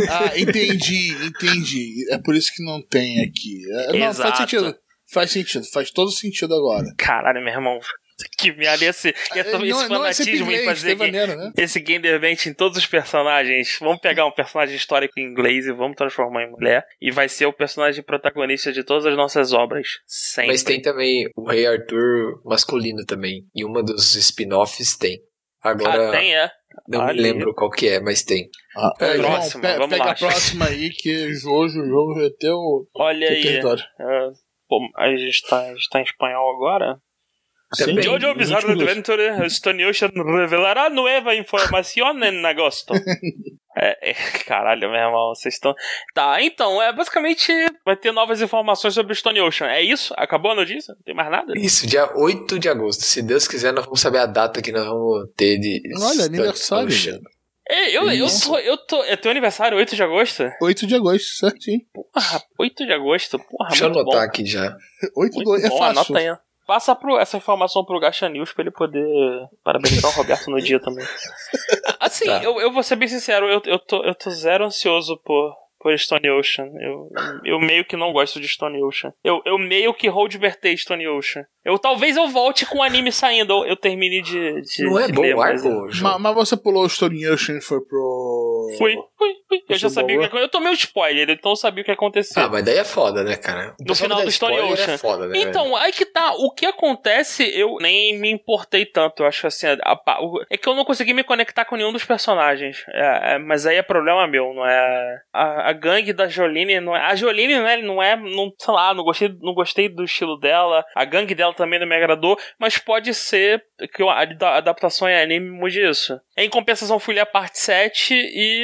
Entendi. É por isso que não tem aqui. Não, faz sentido. Faz todo sentido agora. Caralho, meu irmão. Que merda esse fanatismo em fazer esse Genderbend em todos os personagens. Vamos pegar um personagem histórico em inglês e vamos transformar em mulher. E vai ser o personagem protagonista de todas as nossas obras. Sempre. Mas tem também o Rei Arthur masculino também. E uma dos spin-offs tem. Agora, tem, não me lembro qual que é, mas tem. Próxima, vamos pega lá. A próxima aí, que o jogo vai ter o território. A gente está em espanhol agora? Jojo Bizarre Adventure Stone Ocean revelará nova informação em agosto. Caralho, meu irmão, vocês estão... Tá, então, basicamente vai ter novas informações sobre o Stone Ocean. É isso? Acabou a notícia? Não tem mais nada? Isso, dia 8 de agosto. Se Deus quiser, nós vamos saber a data que nós vamos ter de... Olha, aniversário, velho. Eu tô... É teu aniversário, 8 de agosto? 8 de agosto, certinho. Porra, 8 de agosto, porra, deixa eu anotar bom. Aqui já. 8 de agosto, é fácil. Anota aí. Passa essa informação pro Gacha News pra ele poder parabenizar o Roberto no dia também. Assim, tá. eu vou ser bem sincero, eu tô zero ansioso por Stone Ocean. Eu meio que não gosto de Stone Ocean. Eu meio que roadbertei Stone Ocean. Talvez eu volte com o anime saindo, eu termine de não é bom o arco? Mas você pulou o Stone Ocean e foi pro... Fui. Eu já sabia o que aconteceu. Eu tomei um spoiler, então eu sabia o que aconteceu. Mas daí é foda, né, cara? No final do Stone Ocean. É foda, né, então, aí que tá. O que acontece, eu nem me importei tanto. Eu acho assim, é que eu não consegui me conectar com nenhum dos personagens. Mas aí é problema meu, não é... A gangue da Jolene, não é... A Jolene, né, sei lá, não gostei do estilo dela. A gangue dela também não me agradou, mas pode ser que a adaptação em anime mude isso. Em compensação, fui ler a parte 7 e, cara,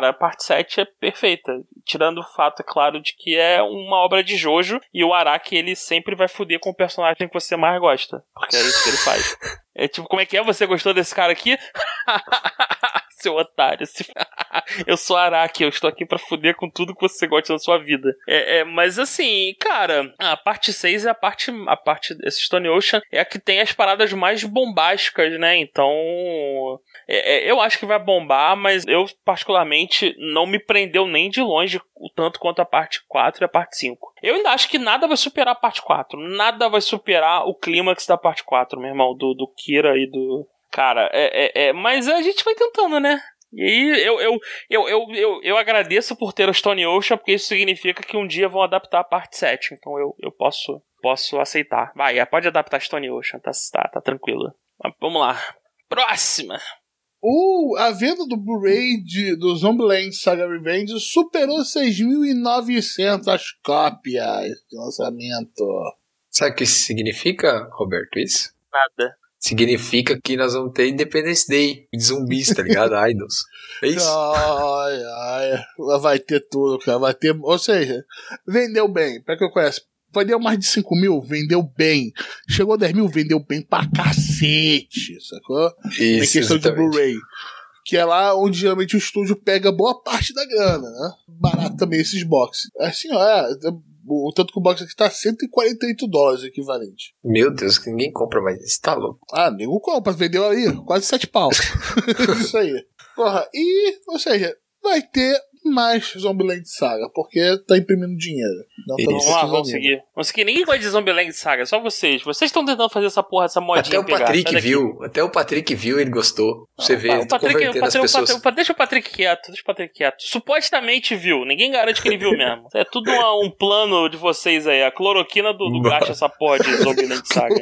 cara, a parte 7 é perfeita. Tirando o fato, é claro, de que é uma obra de Jojo e o Araki, ele sempre vai foder com o personagem que você mais gosta. Porque é isso que ele faz. É tipo, como é que é? Você gostou desse cara aqui? Seu otário. Eu sou Araki, eu estou aqui pra foder com tudo que você gosta da sua vida. Mas assim, cara, a parte 6 é a parte desse Stone Ocean é a que tem as paradas mais bombásticas, né? Então, eu acho que vai bombar, mas eu particularmente não me prendeu nem de longe o tanto quanto a parte 4 e a parte 5. Eu ainda acho que nada vai superar a parte 4. Nada vai superar o clímax da parte 4, meu irmão, do Kira e do... Cara, mas a gente vai tentando, né? E aí eu agradeço por ter o Stone Ocean, porque isso significa que um dia vão adaptar a parte 7. Então eu posso aceitar. Vai, pode adaptar Stone Ocean, tá tranquilo. Mas vamos lá. Próxima! A venda do Blu-ray do Zombieland Saga Revenge superou 6.900 cópias de lançamento. Sabe o que isso significa, Roberto, isso? Nada. Significa que nós vamos ter Independence Day de zumbis, tá ligado? Idols. É isso? Ai. Vai ter tudo, cara. Vai ter. Ou seja, vendeu bem. Pra quem eu conheço, vendeu mais de 5 mil, vendeu bem. Chegou a 10 mil, vendeu bem pra cacete, sacou? Isso, em questão exatamente. de Blu-ray. Que é lá onde geralmente o estúdio pega boa parte da grana, né? Barato também esses boxes. Assim, o tanto que o box aqui tá $148 equivalente. Meu Deus, que ninguém compra mais isso, tá louco. Nego compra, vendeu aí quase 7 pau. Isso aí. Porra, ou seja, vai ter mais Zombieland Saga, porque tá imprimindo dinheiro. Vamos lá, vamos seguir. Ninguém gosta de Zombieland Saga, só vocês. Vocês estão tentando fazer essa porra, essa modinha. Até o Patrick viu, ele gostou. Você vê, convertendo as pessoas. Deixa o Patrick quieto, Supostamente viu, ninguém garante que ele viu mesmo. É tudo um plano de vocês aí. A cloroquina do gacha essa porra de Zombieland Saga.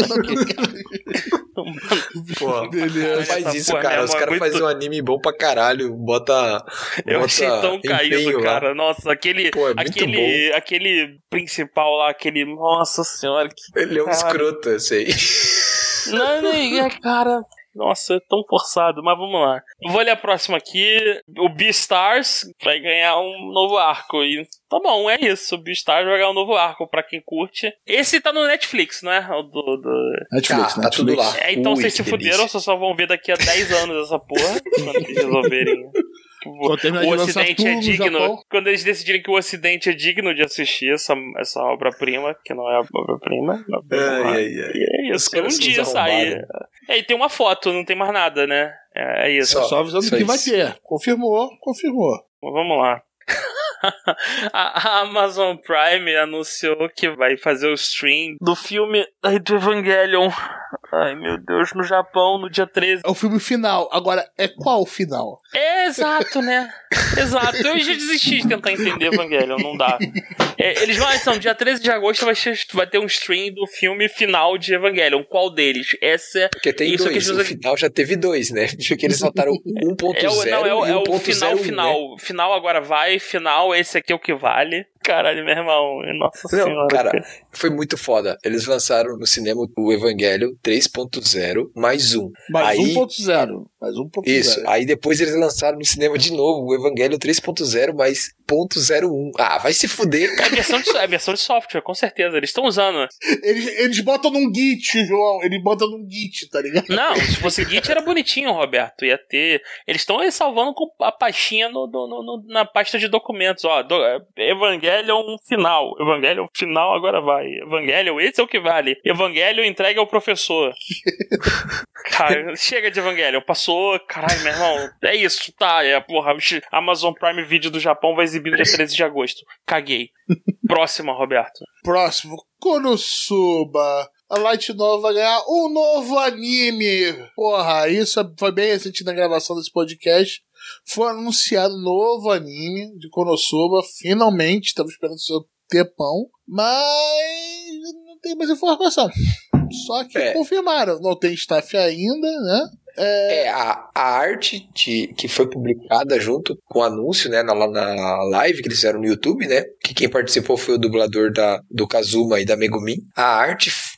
Pô, beleza. Faz isso, cara. Os caras fazem um anime bom pra caralho. Eu achei tão caído, cara. Lá. Nossa, aquele principal lá, nossa senhora. Ele é um escroto, eu sei. Não, cara. Nossa, é tão forçado, mas vamos lá. Eu vou ler a próxima aqui. O Beastars vai ganhar um novo arco. E tá bom, é isso. O Beastars vai ganhar um novo arco pra quem curte. Esse tá no Netflix, não é? Netflix, tá tudo lá. Então vocês se fuderam, só vão ver daqui a 10 anos essa porra. Quando eles resolverem. O Ocidente é digno. Quando eles decidirem que o Ocidente é digno de assistir essa obra-prima, que não é a obra-prima. E é isso. Um dia sair. E tem uma foto, não tem mais nada, né? É isso. Só avisando que vai ter. Confirmou. Vamos lá. A Amazon Prime anunciou que vai fazer o stream do filme do Evangelion. Ai, meu Deus, no Japão, no dia 13. É o filme final. Agora, qual o final? Exato, né? Exato. Eu já desisti de tentar entender Evangelion, não dá. Eles vão, então, dia 13 de agosto vai ter um stream do filme final de Evangelion. Qual deles? Porque tem isso dois, o final já teve 2, né? Porque eles botaram 1.0 e 1.0. Final. Final agora vai, final, esse aqui é o que vale. Caralho, meu irmão, nossa senhora. Cara, foi muito foda. Eles lançaram no cinema o Evangelho 3.0 mais 1. Mais 1.0. Isso, aí depois eles lançaram no cinema de novo o Evangelho 3.0 mais 0.01. Ah, vai se fuder, cara. É a versão de software, com certeza. Eles estão usando. Eles botam num Git, João. Eles botam num Git, tá ligado? Não, se fosse Git era bonitinho, Roberto. Ia ter. Eles estão salvando com a pastinha na pasta de documentos. Ó, Evangelion final. Evangelion final agora vai. Evangelion, esse é o que vale. Evangelion entrega ao professor. Cara, chega de Evangelion. Passou. Caralho, meu irmão. É isso, tá. Porra, Amazon Prime Video do Japão vai exibir no dia 13 de agosto. Caguei. Próxima, Roberto. Próximo. Konosuba. A Light Novel vai ganhar um novo anime. Porra, isso foi bem recente na gravação desse podcast. Foi anunciado um novo anime de Konosuba. Finalmente, estamos esperando o seu tempão. Mas não tem mais informação. Só que confirmaram. Não tem staff ainda, né? A arte que foi publicada junto com o anúncio, né, na live que eles fizeram no YouTube, né, que quem participou foi o dublador do Kazuma e da Megumin. A arte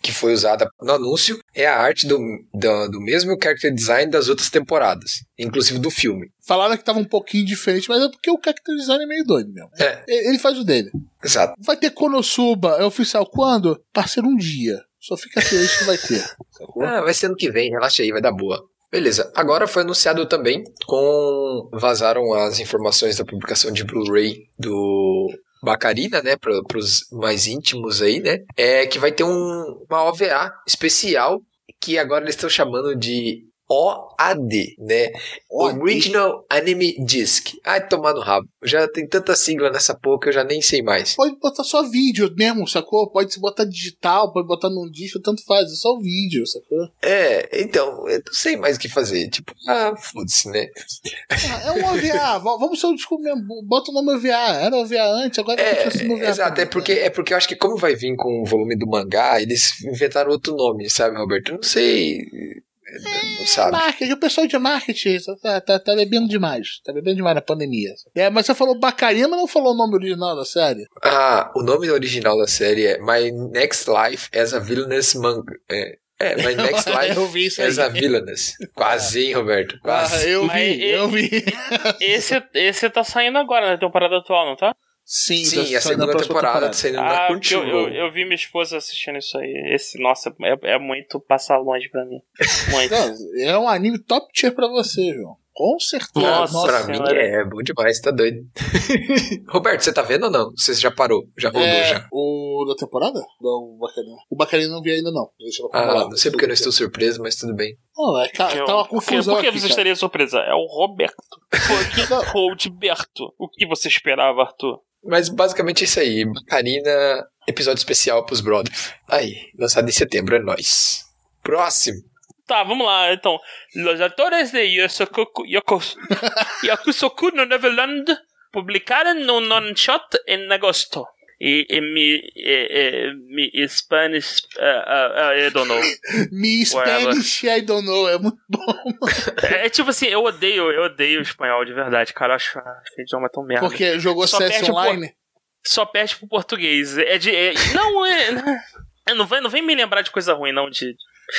que foi usada no anúncio é a arte do mesmo character design das outras temporadas, inclusive do filme. Falaram que tava um pouquinho diferente, mas é porque o character design é meio doido mesmo. Ele faz o dele. Exato. Vai ter Konosuba, é oficial quando? Parceiro, um dia. Só fica feliz que vai ter. Sacou? Vai ser ano que vem, relaxa aí, vai dar boa. Beleza, agora foi anunciado também, vazaram as informações da publicação de Blu-ray do Bacarina, né, pros mais íntimos aí, né, que vai ter uma OVA especial, que agora eles estão chamando de OAD, né? Original Anime Disc. Ai, tomar no rabo. Já tem tanta sigla nessa porra que eu já nem sei mais. Pode botar só vídeo mesmo, sacou? Pode se botar digital, pode botar num disco, tanto faz. É só vídeo, sacou? Então, eu não sei mais o que fazer. Tipo, foda-se, né? É um OVA. Vamos ser o disco mesmo. Bota o nome OVA. Era OVA antes, agora continua OVA. Exato, é porque eu acho que como vai vir com o volume do mangá, eles inventaram outro nome, sabe, Roberto? Eu não sei... Não sabe. Marketing, o pessoal de marketing tá bebendo demais. Tá bebendo demais na pandemia. Mas você falou Bacarina, mas não falou o nome original da série? O nome original da série é My Next Life as a Villainous Manga. My Next Life as a Villainous. Quase, hein, Roberto? Quase. Eu vi. Esse tá saindo agora na temporada atual, não tá? Sim, a segunda temporada tá saindo na Crunchyroll. Eu vi minha esposa assistindo isso aí. Nossa, é muito passar longe pra mim. Muito. É um anime top tier pra você, João. Com certeza. Nossa, pra mim é bom demais, tá doido. Roberto, você tá vendo ou não? Você já parou? Já rodou já? O da temporada? Do Bacarina. O Bacarina não vi ainda não. Não sei porque eu não estou surpreso, mas tudo bem. Tá uma confusão. Por que você estaria surpresa? É o Roberto. Roberto. O que você esperava, Arthur? Mas basicamente é isso aí. Bacarina, episódio especial pros brothers. Aí, lançado em setembro, é nóis. Próximo. Tá, vamos lá, então. Los autores de Yakusoku no Neverland publicaram un one-shot en agosto. E mi Spanish, I don't know. Mi Spanish, I don't know. É muito bom. É tipo assim, eu odeio o espanhol de verdade, cara. Eu acho o idioma tão merda. Porque jogou CS online? Só perde pro português. Não vem me lembrar de coisa ruim, não, de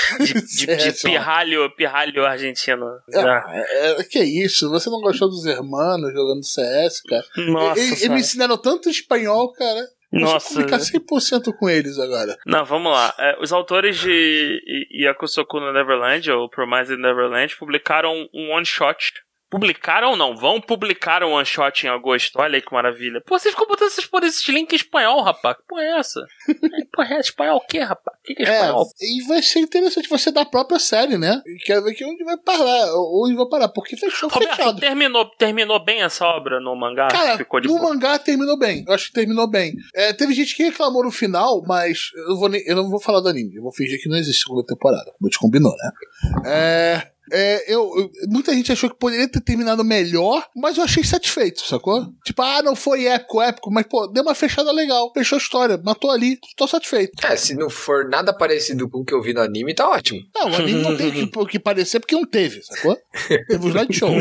pirralho argentino. Que isso? Você não gostou dos hermanos jogando CS, cara? Nossa, eles me ensinaram tanto espanhol, cara. Nossa. Vou ficar 100% com eles agora. Não, vamos lá. Os autores de Yakusoku no Neverland, ou Promised Neverland, publicaram um one-shot. Publicaram não? Vão publicar um one-shot em agosto. Olha aí que maravilha. Pô, você ficou botando esses links em espanhol, rapaz. Que porra é essa? Porra, espanhol o quê, rapaz? O que é espanhol? E vai ser interessante você dar a própria série, né? E quero ver que onde vai parar. Onde vai parar, porque fechou Roberto, fechado. Terminou bem essa obra no mangá? Cara, ficou de no mangá terminou bem. Eu acho que terminou bem. Teve gente que reclamou no final, mas eu não vou falar do anime. Eu vou fingir que não existe segunda temporada. Como te combinou, né? Muita gente achou que poderia ter terminado melhor, mas eu achei satisfeito, sacou? Tipo, não foi épico, mas pô, deu uma fechada legal, fechou a história, matou ali, tô satisfeito. Se não for nada parecido com o que eu vi no anime, tá ótimo. Não, o anime não tem que parecer porque não teve, sacou? Teve um slide show.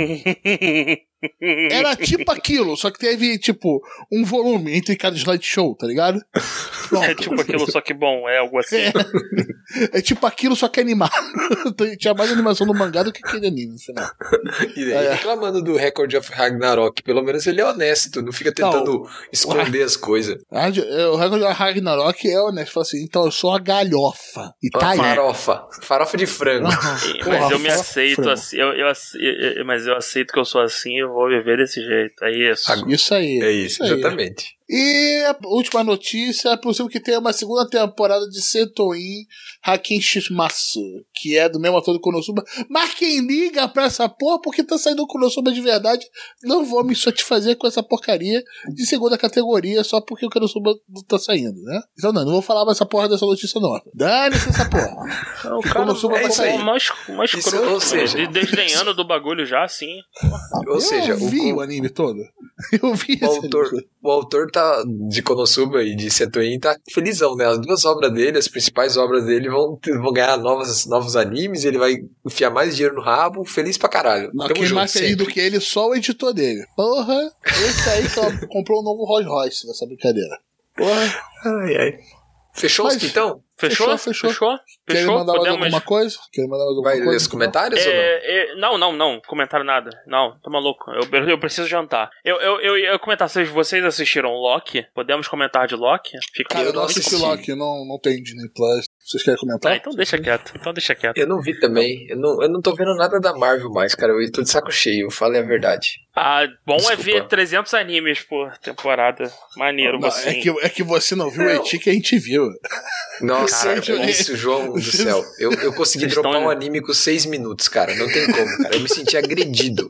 Era tipo aquilo, só que teve, tipo, um volume entre cada slideshow, tá ligado? Pronto. É tipo aquilo, só que bom, é algo assim. É tipo aquilo, só que animado. Tinha mais animação no mangá do que aquele anime no final. E daí, reclamando do Record of Ragnarok, pelo menos ele é honesto, não fica tentando esconder as coisas. O Record of Ragnarok é honesto, fala assim, então eu sou a galhofa. E tá farofa de frango. Mas eu me aceito assim, mas eu aceito que eu sou assim, eu vou viver desse jeito. É isso. Isso aí. É isso, exatamente. E a última notícia, é possível que tenha uma segunda temporada de Setoin Hakinshimasu, que é do mesmo ator do Konosuba. Mas quem liga pra essa porra, porque tá saindo o Konosuba de verdade, não vou me satisfazer com essa porcaria de segunda categoria só porque o Konosuba tá saindo, né? Então não vou falar mais essa porra dessa notícia não. Dane-se essa porra. O Konosuba vai sair. Mais escroto, ou seja, desdenhando do bagulho já, assim. Ou seja, eu vi o anime todo. Eu vi o autor de Konosuba e de Setoin tá felizão, né? As duas obras dele, as principais obras dele vão ganhar novos animes, ele vai enfiar mais dinheiro no rabo, feliz pra caralho. Não, quem mais feliz do que ele, só o editor dele. Porra, esse aí só comprou um novo Rolls Royce nessa brincadeira. Porra. Ai. Fechou os então? Fechou? Quer mandar mais alguma coisa? Vai ler os comentários ou não? Não. Comentário nada. Não, tá maluco. Eu preciso jantar. Eu ia comentar, vocês assistiram Loki? Podemos comentar de Loki? Cara, eu não assisti Loki, não tem Disney Plus. Vocês querem comentar? Então deixa quieto. Eu não vi também. Eu não tô vendo nada da Marvel mais, cara. Eu tô de saco cheio, falei a verdade. Bom Desculpa. é ver 300 animes por temporada. Maneiro, você. É que você não viu o Eti que a gente viu. Nossa, isso, João do céu. Eu consegui dropar um anime com 6 minutos, cara. Não tem como, cara. Eu me senti agredido.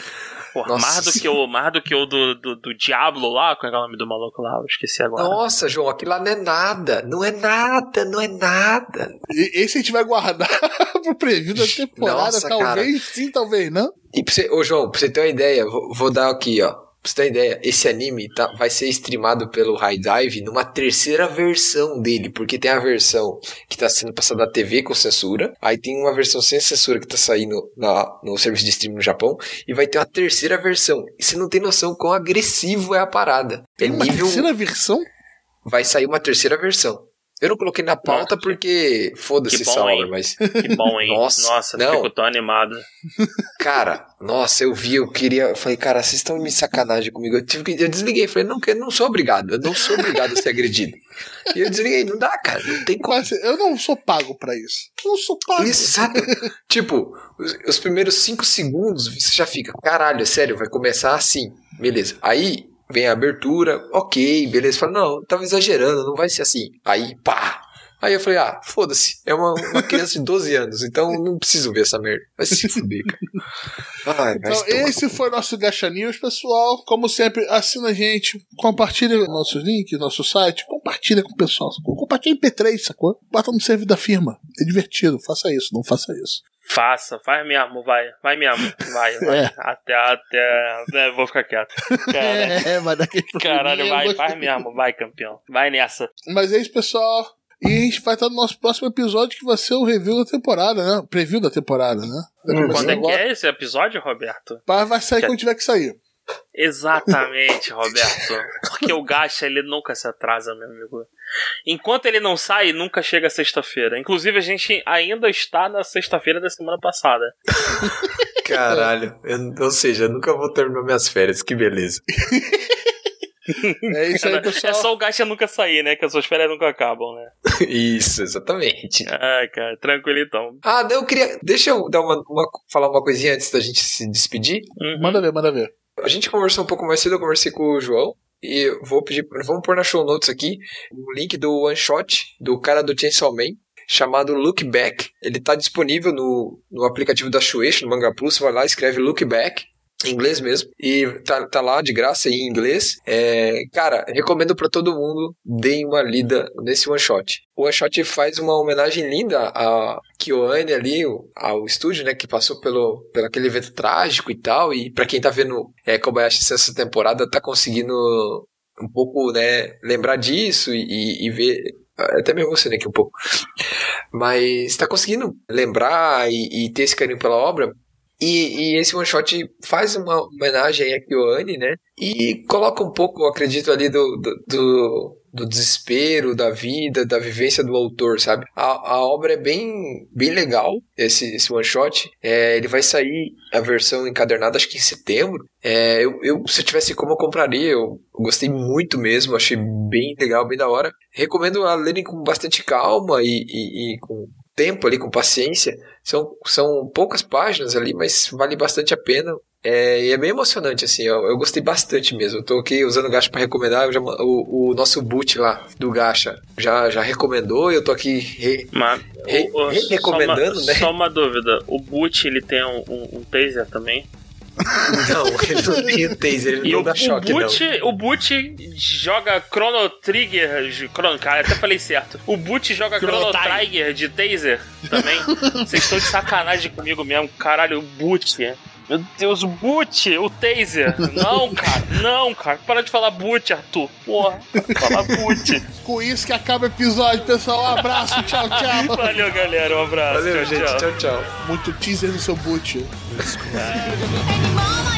Mais do que o do Diablo lá, qual é o nome do maluco lá? Eu esqueci agora. Nossa, João, aquilo lá não é nada. Não é nada. E esse a gente vai guardar pro preview da temporada. Nossa, talvez cara. Sim, talvez não. E João, pra você ter uma ideia, vou dar aqui, ó. Pra você ter uma ideia, esse anime vai ser streamado pelo High Dive numa terceira versão dele, porque tem a versão que tá sendo passada na TV com censura, aí tem uma versão sem censura que tá saindo no serviço de streaming no Japão, e vai ter uma terceira versão. E você não tem noção quão agressivo é a parada. Tem uma terceira versão? Vai sair uma terceira versão. Eu não coloquei na pauta porque foda-se essa obra, mas... Que bom, hein? Nossa, não. Fico tão animado. Cara, nossa, eu falei, cara, vocês estão me sacanagem comigo. Eu desliguei, falei, não sou obrigado, eu não sou obrigado a ser agredido. E eu desliguei, não dá, cara, não tem como. Eu não sou pago pra isso. Eu não sou pago. Exato. Tipo, os primeiros 5 segundos, você já fica, caralho, é sério, vai começar assim, beleza. Aí... vem a abertura, ok, beleza. Fala, não, tava exagerando, não vai ser assim. Aí, pá! Aí eu falei, foda-se, é uma criança de 12 anos, então não preciso ver essa merda. Vai se fuder, cara. Então, esse foi nosso Gacha News, pessoal. Como sempre, assina a gente, compartilha nossos links, nosso site, compartilha com o pessoal, sacou? Compartilha em P3, sacou? Bota no servidor da firma. É divertido, faça isso, não faça isso. Faz mesmo, vai mesmo, vai. Até vou ficar quieto. Caralho, faz mesmo, vai, campeão, vai nessa. Mas é isso, pessoal, e a gente vai estar no nosso próximo episódio, que vai ser o review da temporada, né? Preview da temporada, né? Quando é que é esse episódio, Roberto? Vai sair quando tiver que sair. Exatamente, Roberto. Porque o Gacha, ele nunca se atrasa, meu amigo. Enquanto ele não sai, nunca chega sexta-feira. Inclusive, a gente ainda está na sexta-feira da semana passada. Caralho. Ou seja, eu nunca vou terminar minhas férias. Que beleza. É isso aí, pessoal. É só o Gacha nunca sair, né? Que as suas férias nunca acabam, né? Isso, exatamente. Cara, tranquilo então. Eu queria... Deixa eu dar falar uma coisinha antes da gente se despedir. Uhum. Manda ver. A gente conversou um pouco mais cedo, eu conversei com o João. E vou pedir, vamos pôr na show notes aqui o link do one shot do cara do Chainsaw Man, chamado Look Back. Ele tá disponível no aplicativo da Shueisha, no Manga Plus. Você vai lá, escreve Look Back, em inglês mesmo, e tá lá de graça em inglês. Cara, recomendo pra todo mundo, deem uma lida nesse one shot. O one shot faz uma homenagem linda a KyoAni ali, ao estúdio, né, que passou pelo aquele evento trágico e tal, e pra quem tá vendo Kobayashi essa temporada, tá conseguindo um pouco, né, lembrar disso e ver, até me emocionei aqui um pouco, mas tá conseguindo lembrar e ter esse carinho pela obra. E esse one shot faz uma homenagem a KyoAni, né? E coloca um pouco, eu acredito, ali do desespero, da vida, da vivência do autor, sabe? A obra é bem legal, esse one shot. Ele vai sair a versão encadernada, acho que em setembro. Se eu tivesse como, eu compraria. Eu gostei muito mesmo, achei bem legal, bem da hora. Recomendo a lerem com bastante calma e com tempo ali, com paciência. São poucas páginas ali, mas vale bastante a pena. E é bem emocionante, assim, eu gostei bastante mesmo. Eu tô aqui usando o Gacha pra recomendar. O nosso boot lá do Gacha já recomendou, e eu tô aqui recomendando, né? Só uma dúvida, o boot, ele tem um taser também? Não, ele não tem o taser, ele não dá choque, não. O boot joga Chrono Trigger. Cara, até falei certo. O boot joga Chrono Trigger de taser também. Vocês estão de sacanagem comigo mesmo. Caralho, o boot. Meu Deus, o boot, o taser. Não, cara. Para de falar boot, Arthur. Porra, fala boot. Com isso que acaba o episódio, pessoal. Um abraço, tchau. Valeu, galera. Um abraço. Valeu, gente. Tchau. Muito teaser no seu boot. Desculpa.